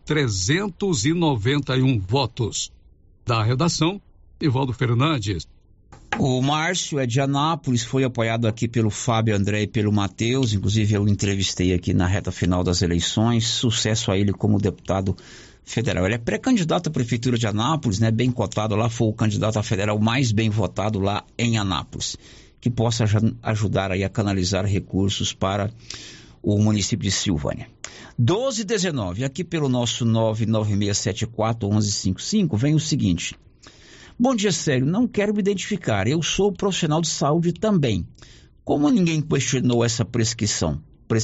391 votos. Da redação, Ivaldo Fernandes. O Márcio é de Anápolis, foi apoiado aqui pelo Fábio André e pelo Matheus, inclusive eu entrevistei aqui na reta final das eleições. Sucesso a ele como deputado federal. Ele é pré-candidato à prefeitura de Anápolis, né? Bem cotado lá, foi o candidato a federal mais bem votado lá em Anápolis, que possa ajudar aí a canalizar recursos para o município de Silvânia. 12h19, aqui pelo nosso 996741155, vem o seguinte. Bom dia, Célio. Não quero me identificar. Eu sou profissional de saúde também. Como ninguém questionou essa prescrição?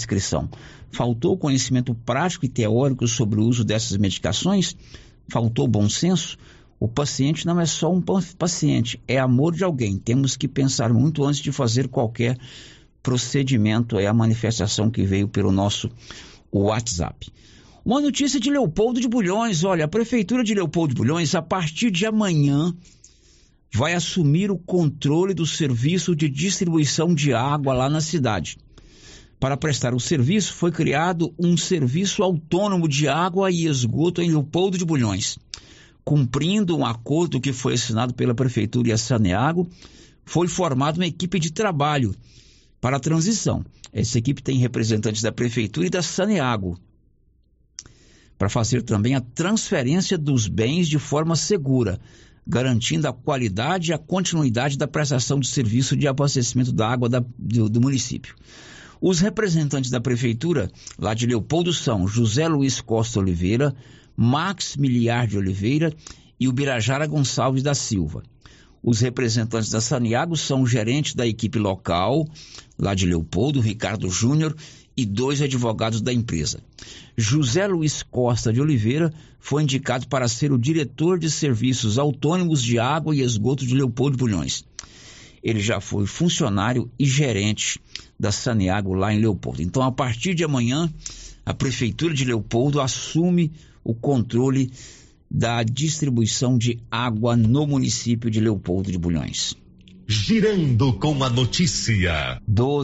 Faltou conhecimento prático e teórico sobre o uso dessas medicações? Faltou bom senso? O paciente não é só um paciente, é amor de alguém. Temos que pensar muito antes de fazer qualquer procedimento. É a manifestação que veio pelo nosso WhatsApp. Uma notícia de Leopoldo de Bulhões. Olha, a Prefeitura de Leopoldo de Bulhões, a partir de amanhã, vai assumir o controle do serviço de distribuição de água lá na cidade. Para prestar o serviço, foi criado um serviço autônomo de água e esgoto em Leopoldo de Bulhões. Cumprindo um acordo que foi assinado pela Prefeitura e a Saneago, foi formada uma equipe de trabalho para a transição. Essa equipe tem representantes da Prefeitura e da Saneago, para fazer também a transferência dos bens de forma segura, garantindo a qualidade e a continuidade da prestação de serviço de abastecimento da água do município. Os representantes da Prefeitura, lá de Leopoldo, são José Luiz Costa Oliveira, Max Miliar de Oliveira e o Birajara Gonçalves da Silva. Os representantes da Saneago são o gerente da equipe local, lá de Leopoldo, Ricardo Júnior, e 2 advogados da empresa. José Luiz Costa de Oliveira foi indicado para ser o diretor de serviços autônomos de água e esgoto de Leopoldo de Bulhões. Ele já foi funcionário e gerente da Saneago lá em Leopoldo. Então, a partir de amanhã, a Prefeitura de Leopoldo assume o controle da distribuição de água no município de Leopoldo de Bulhões. Girando com a notícia.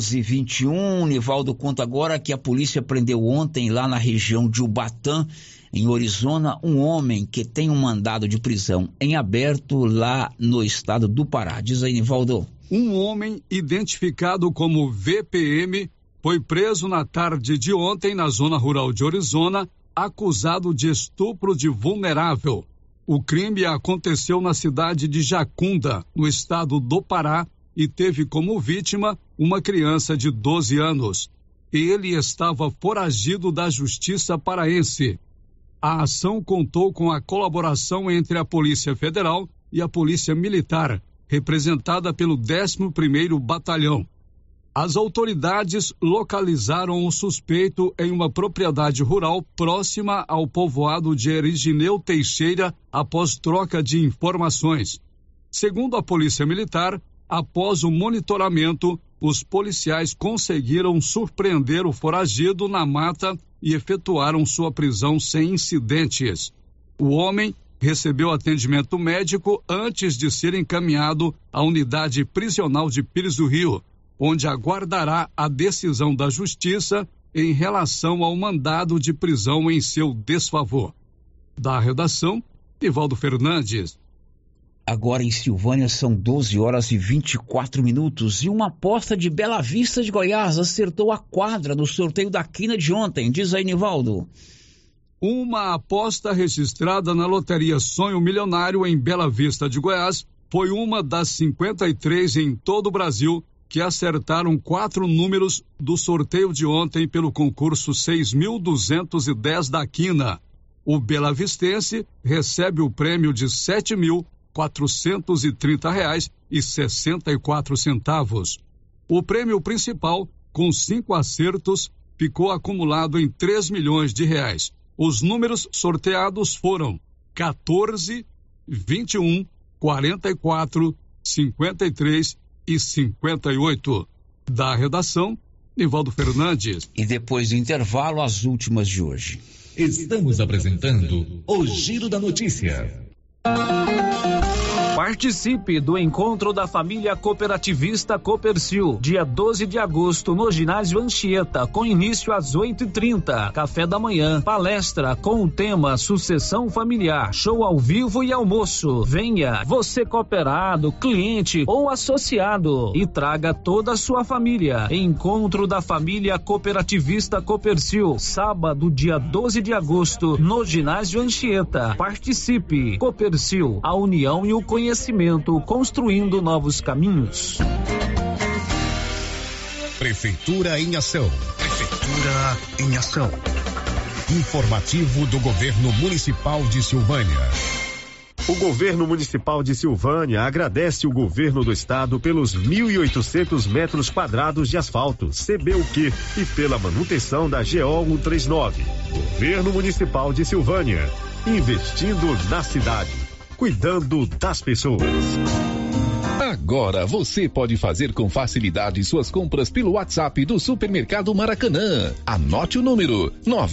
12h21, Nivaldo conta agora que a polícia prendeu ontem lá na região de Ubatã, em Orizona, um homem que tem um mandado de prisão em aberto lá no estado do Pará. Diz aí, Nivaldo. Um homem identificado como VPM foi preso na tarde de ontem na zona rural de Orizona, acusado de estupro de vulnerável. O crime aconteceu na cidade de Jacunda, no estado do Pará, e teve como vítima uma criança de 12 anos. Ele estava foragido da Justiça paraense. A ação contou com a colaboração entre a Polícia Federal e a Polícia Militar, representada pelo 11º Batalhão. As autoridades localizaram o suspeito em uma propriedade rural próxima ao povoado de Erigineu Teixeira após troca de informações. Segundo a Polícia Militar, após o monitoramento, os policiais conseguiram surpreender o foragido na mata e efetuaram sua prisão sem incidentes. O homem recebeu atendimento médico antes de ser encaminhado à unidade prisional de Pires do Rio, onde aguardará a decisão da Justiça em relação ao mandado de prisão em seu desfavor. Da redação, Ivaldo Fernandes. Agora em Silvânia são 12h24 e uma aposta de Bela Vista de Goiás acertou a quadra no sorteio da quina de ontem. Diz aí, Nivaldo. Uma aposta registrada na loteria Sonho Milionário em Bela Vista de Goiás foi uma das 53 em todo o Brasil que acertaram 4 números do sorteio de ontem pelo concurso 6.210 da quina. O belavistense recebe o prêmio de R$ 7.430,64. O prêmio principal, com 5 acertos, ficou acumulado em R$ 3 milhões. Os números sorteados foram 14, 21, 44, 53 e 58. Da redação, Nivaldo Fernandes. E depois do intervalo, as últimas de hoje. Estamos apresentando o Giro da Notícia. Participe do encontro da família cooperativista Copercil, dia 12 de agosto, no ginásio Anchieta, com início às 8h30. Café da manhã, palestra com o tema Sucessão Familiar, show ao vivo e almoço. Venha, você cooperado, cliente ou associado, e traga toda a sua família. Encontro da família cooperativista Copercil, sábado, dia 12 de agosto, no ginásio Anchieta. Participe. Copercil, a união e o conhecimento, construindo novos caminhos. Prefeitura em ação. Prefeitura em ação. Informativo do Governo Municipal de Silvânia. O Governo Municipal de Silvânia agradece o Governo do Estado pelos 1.800 metros quadrados de asfalto, CBUQ, e pela manutenção da GO 139. Governo Municipal de Silvânia, investindo na cidade, cuidando das pessoas. Agora você pode fazer com facilidade suas compras pelo WhatsApp do Supermercado Maracanã. Anote o número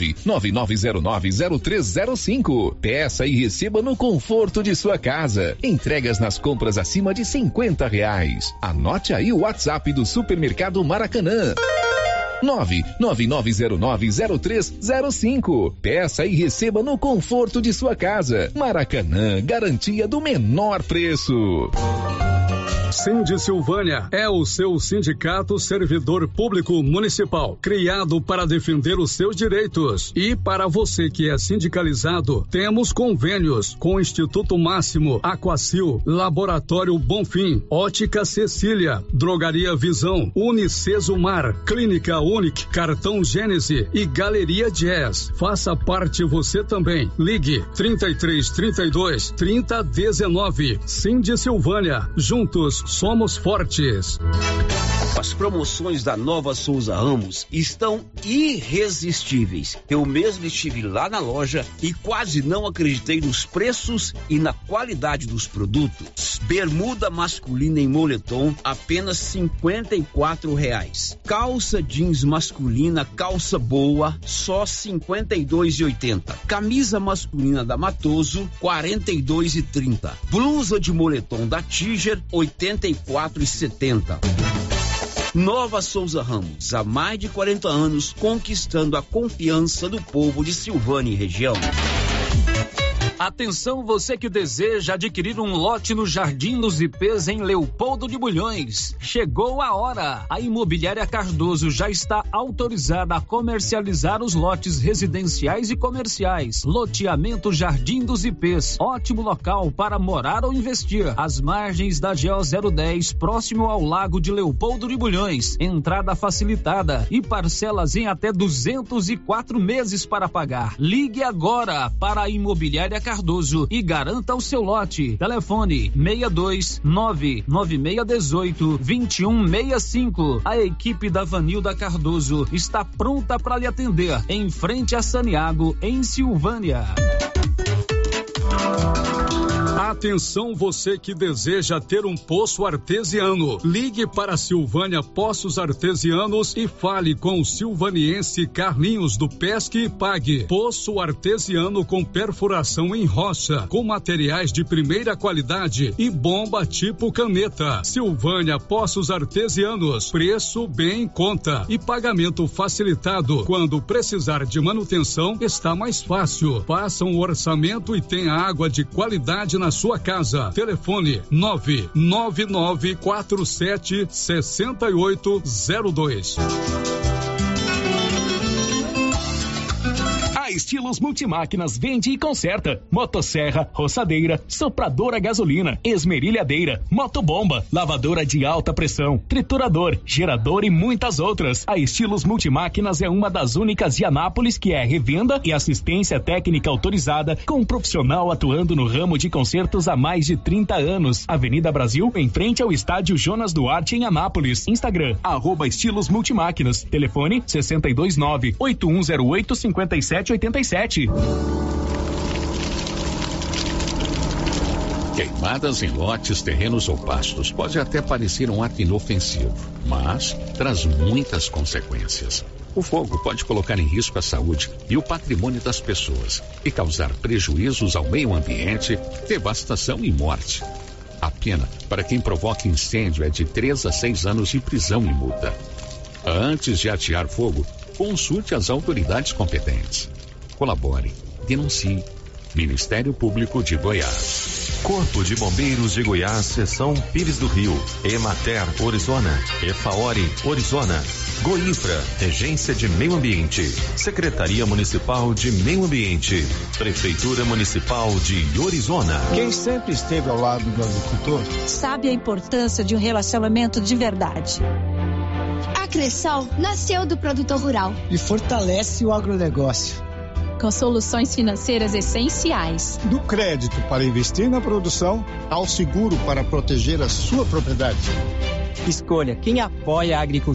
999090305. Peça e receba no conforto de sua casa. Entregas nas compras acima de R$50. Anote aí o WhatsApp do Supermercado Maracanã. 999090305. Peça e receba no conforto de sua casa. Maracanã, garantia do menor preço. Sindi Silvânia é o seu sindicato servidor público municipal, criado para defender os seus direitos. E para você que é sindicalizado, temos convênios com Instituto Máximo, Aquacil, Laboratório Bonfim, Ótica Cecília, Drogaria Visão, Unicesumar, Clínica Unic, Cartão Gênese e Galeria Jazz. Faça parte você também. Ligue 3332 3019. Sindi Silvânia. Juntos somos fortes. As promoções da Nova Souza Ramos estão irresistíveis. Eu mesmo estive lá na loja e quase não acreditei nos preços e na qualidade dos produtos. Bermuda masculina em moletom, apenas R$54. Calça jeans masculina, calça boa, só R$52,80. Camisa masculina da Matoso, R$42,30. Blusa de moletom da Tiger, R$84,70. Nova Souza Ramos, há mais de 40 anos, conquistando a confiança do povo de Silvânia e região. Atenção, você que deseja adquirir um lote no Jardim dos Ipês em Leopoldo de Bulhões. Chegou a hora. A Imobiliária Cardoso já está autorizada a comercializar os lotes residenciais e comerciais. Loteamento Jardim dos Ipês, ótimo local para morar ou investir. Às margens da GO 010, próximo ao Lago de Leopoldo de Bulhões. Entrada facilitada e parcelas em até 204 meses para pagar. Ligue agora para a Imobiliária Cardoso e garanta o seu lote. Telefone 62996182165. A equipe da Vanilda Cardoso está pronta para lhe atender em frente a Saniago, em Silvânia. Atenção, você que deseja ter um poço artesiano. Ligue para Silvânia Poços Artesianos e fale com o silvaniense Carlinhos do Pesque e Pague. Poço artesiano com perfuração em rocha, com materiais de primeira qualidade e bomba tipo caneta. Silvânia Poços Artesianos, preço bem em conta e pagamento facilitado. Quando precisar de manutenção, está mais fácil. Faça um orçamento e tenha água de qualidade na sua casa. Telefone 999476802. A Estilos Multimáquinas vende e conserta motosserra, roçadeira, sopradora a gasolina, esmerilhadeira, motobomba, lavadora de alta pressão, triturador, gerador e muitas outras. A Estilos Multimáquinas é uma das únicas de Anápolis que é revenda e assistência técnica autorizada, com um profissional atuando no ramo de consertos há mais de 30 anos. Avenida Brasil, em frente ao estádio Jonas Duarte, em Anápolis. Instagram, @Estilos Multimáquinas. Telefone 629-8108-5787. Queimadas em lotes, terrenos ou pastos pode até parecer um ato inofensivo, mas traz muitas consequências. O fogo pode colocar em risco a saúde e o patrimônio das pessoas e causar prejuízos ao meio ambiente, devastação e morte. A pena para quem provoca incêndio é de 3 a 6 anos de prisão e multa. Antes de atear fogo, consulte as autoridades competentes. Colabore, denuncie. Ministério Público de Goiás. Corpo de Bombeiros de Goiás, Seção Pires do Rio. Emater, Orizona. EFAORI, Orizona. Goinfra, Regência de Meio Ambiente. Secretaria Municipal de Meio Ambiente. Prefeitura Municipal de Orizona. Quem sempre esteve ao lado do agricultor sabe a importância de um relacionamento de verdade. A Cressol nasceu do produtor rural e fortalece o agronegócio com soluções financeiras essenciais. Do crédito para investir na produção ao seguro para proteger a sua propriedade. Escolha quem apoia a agricultura.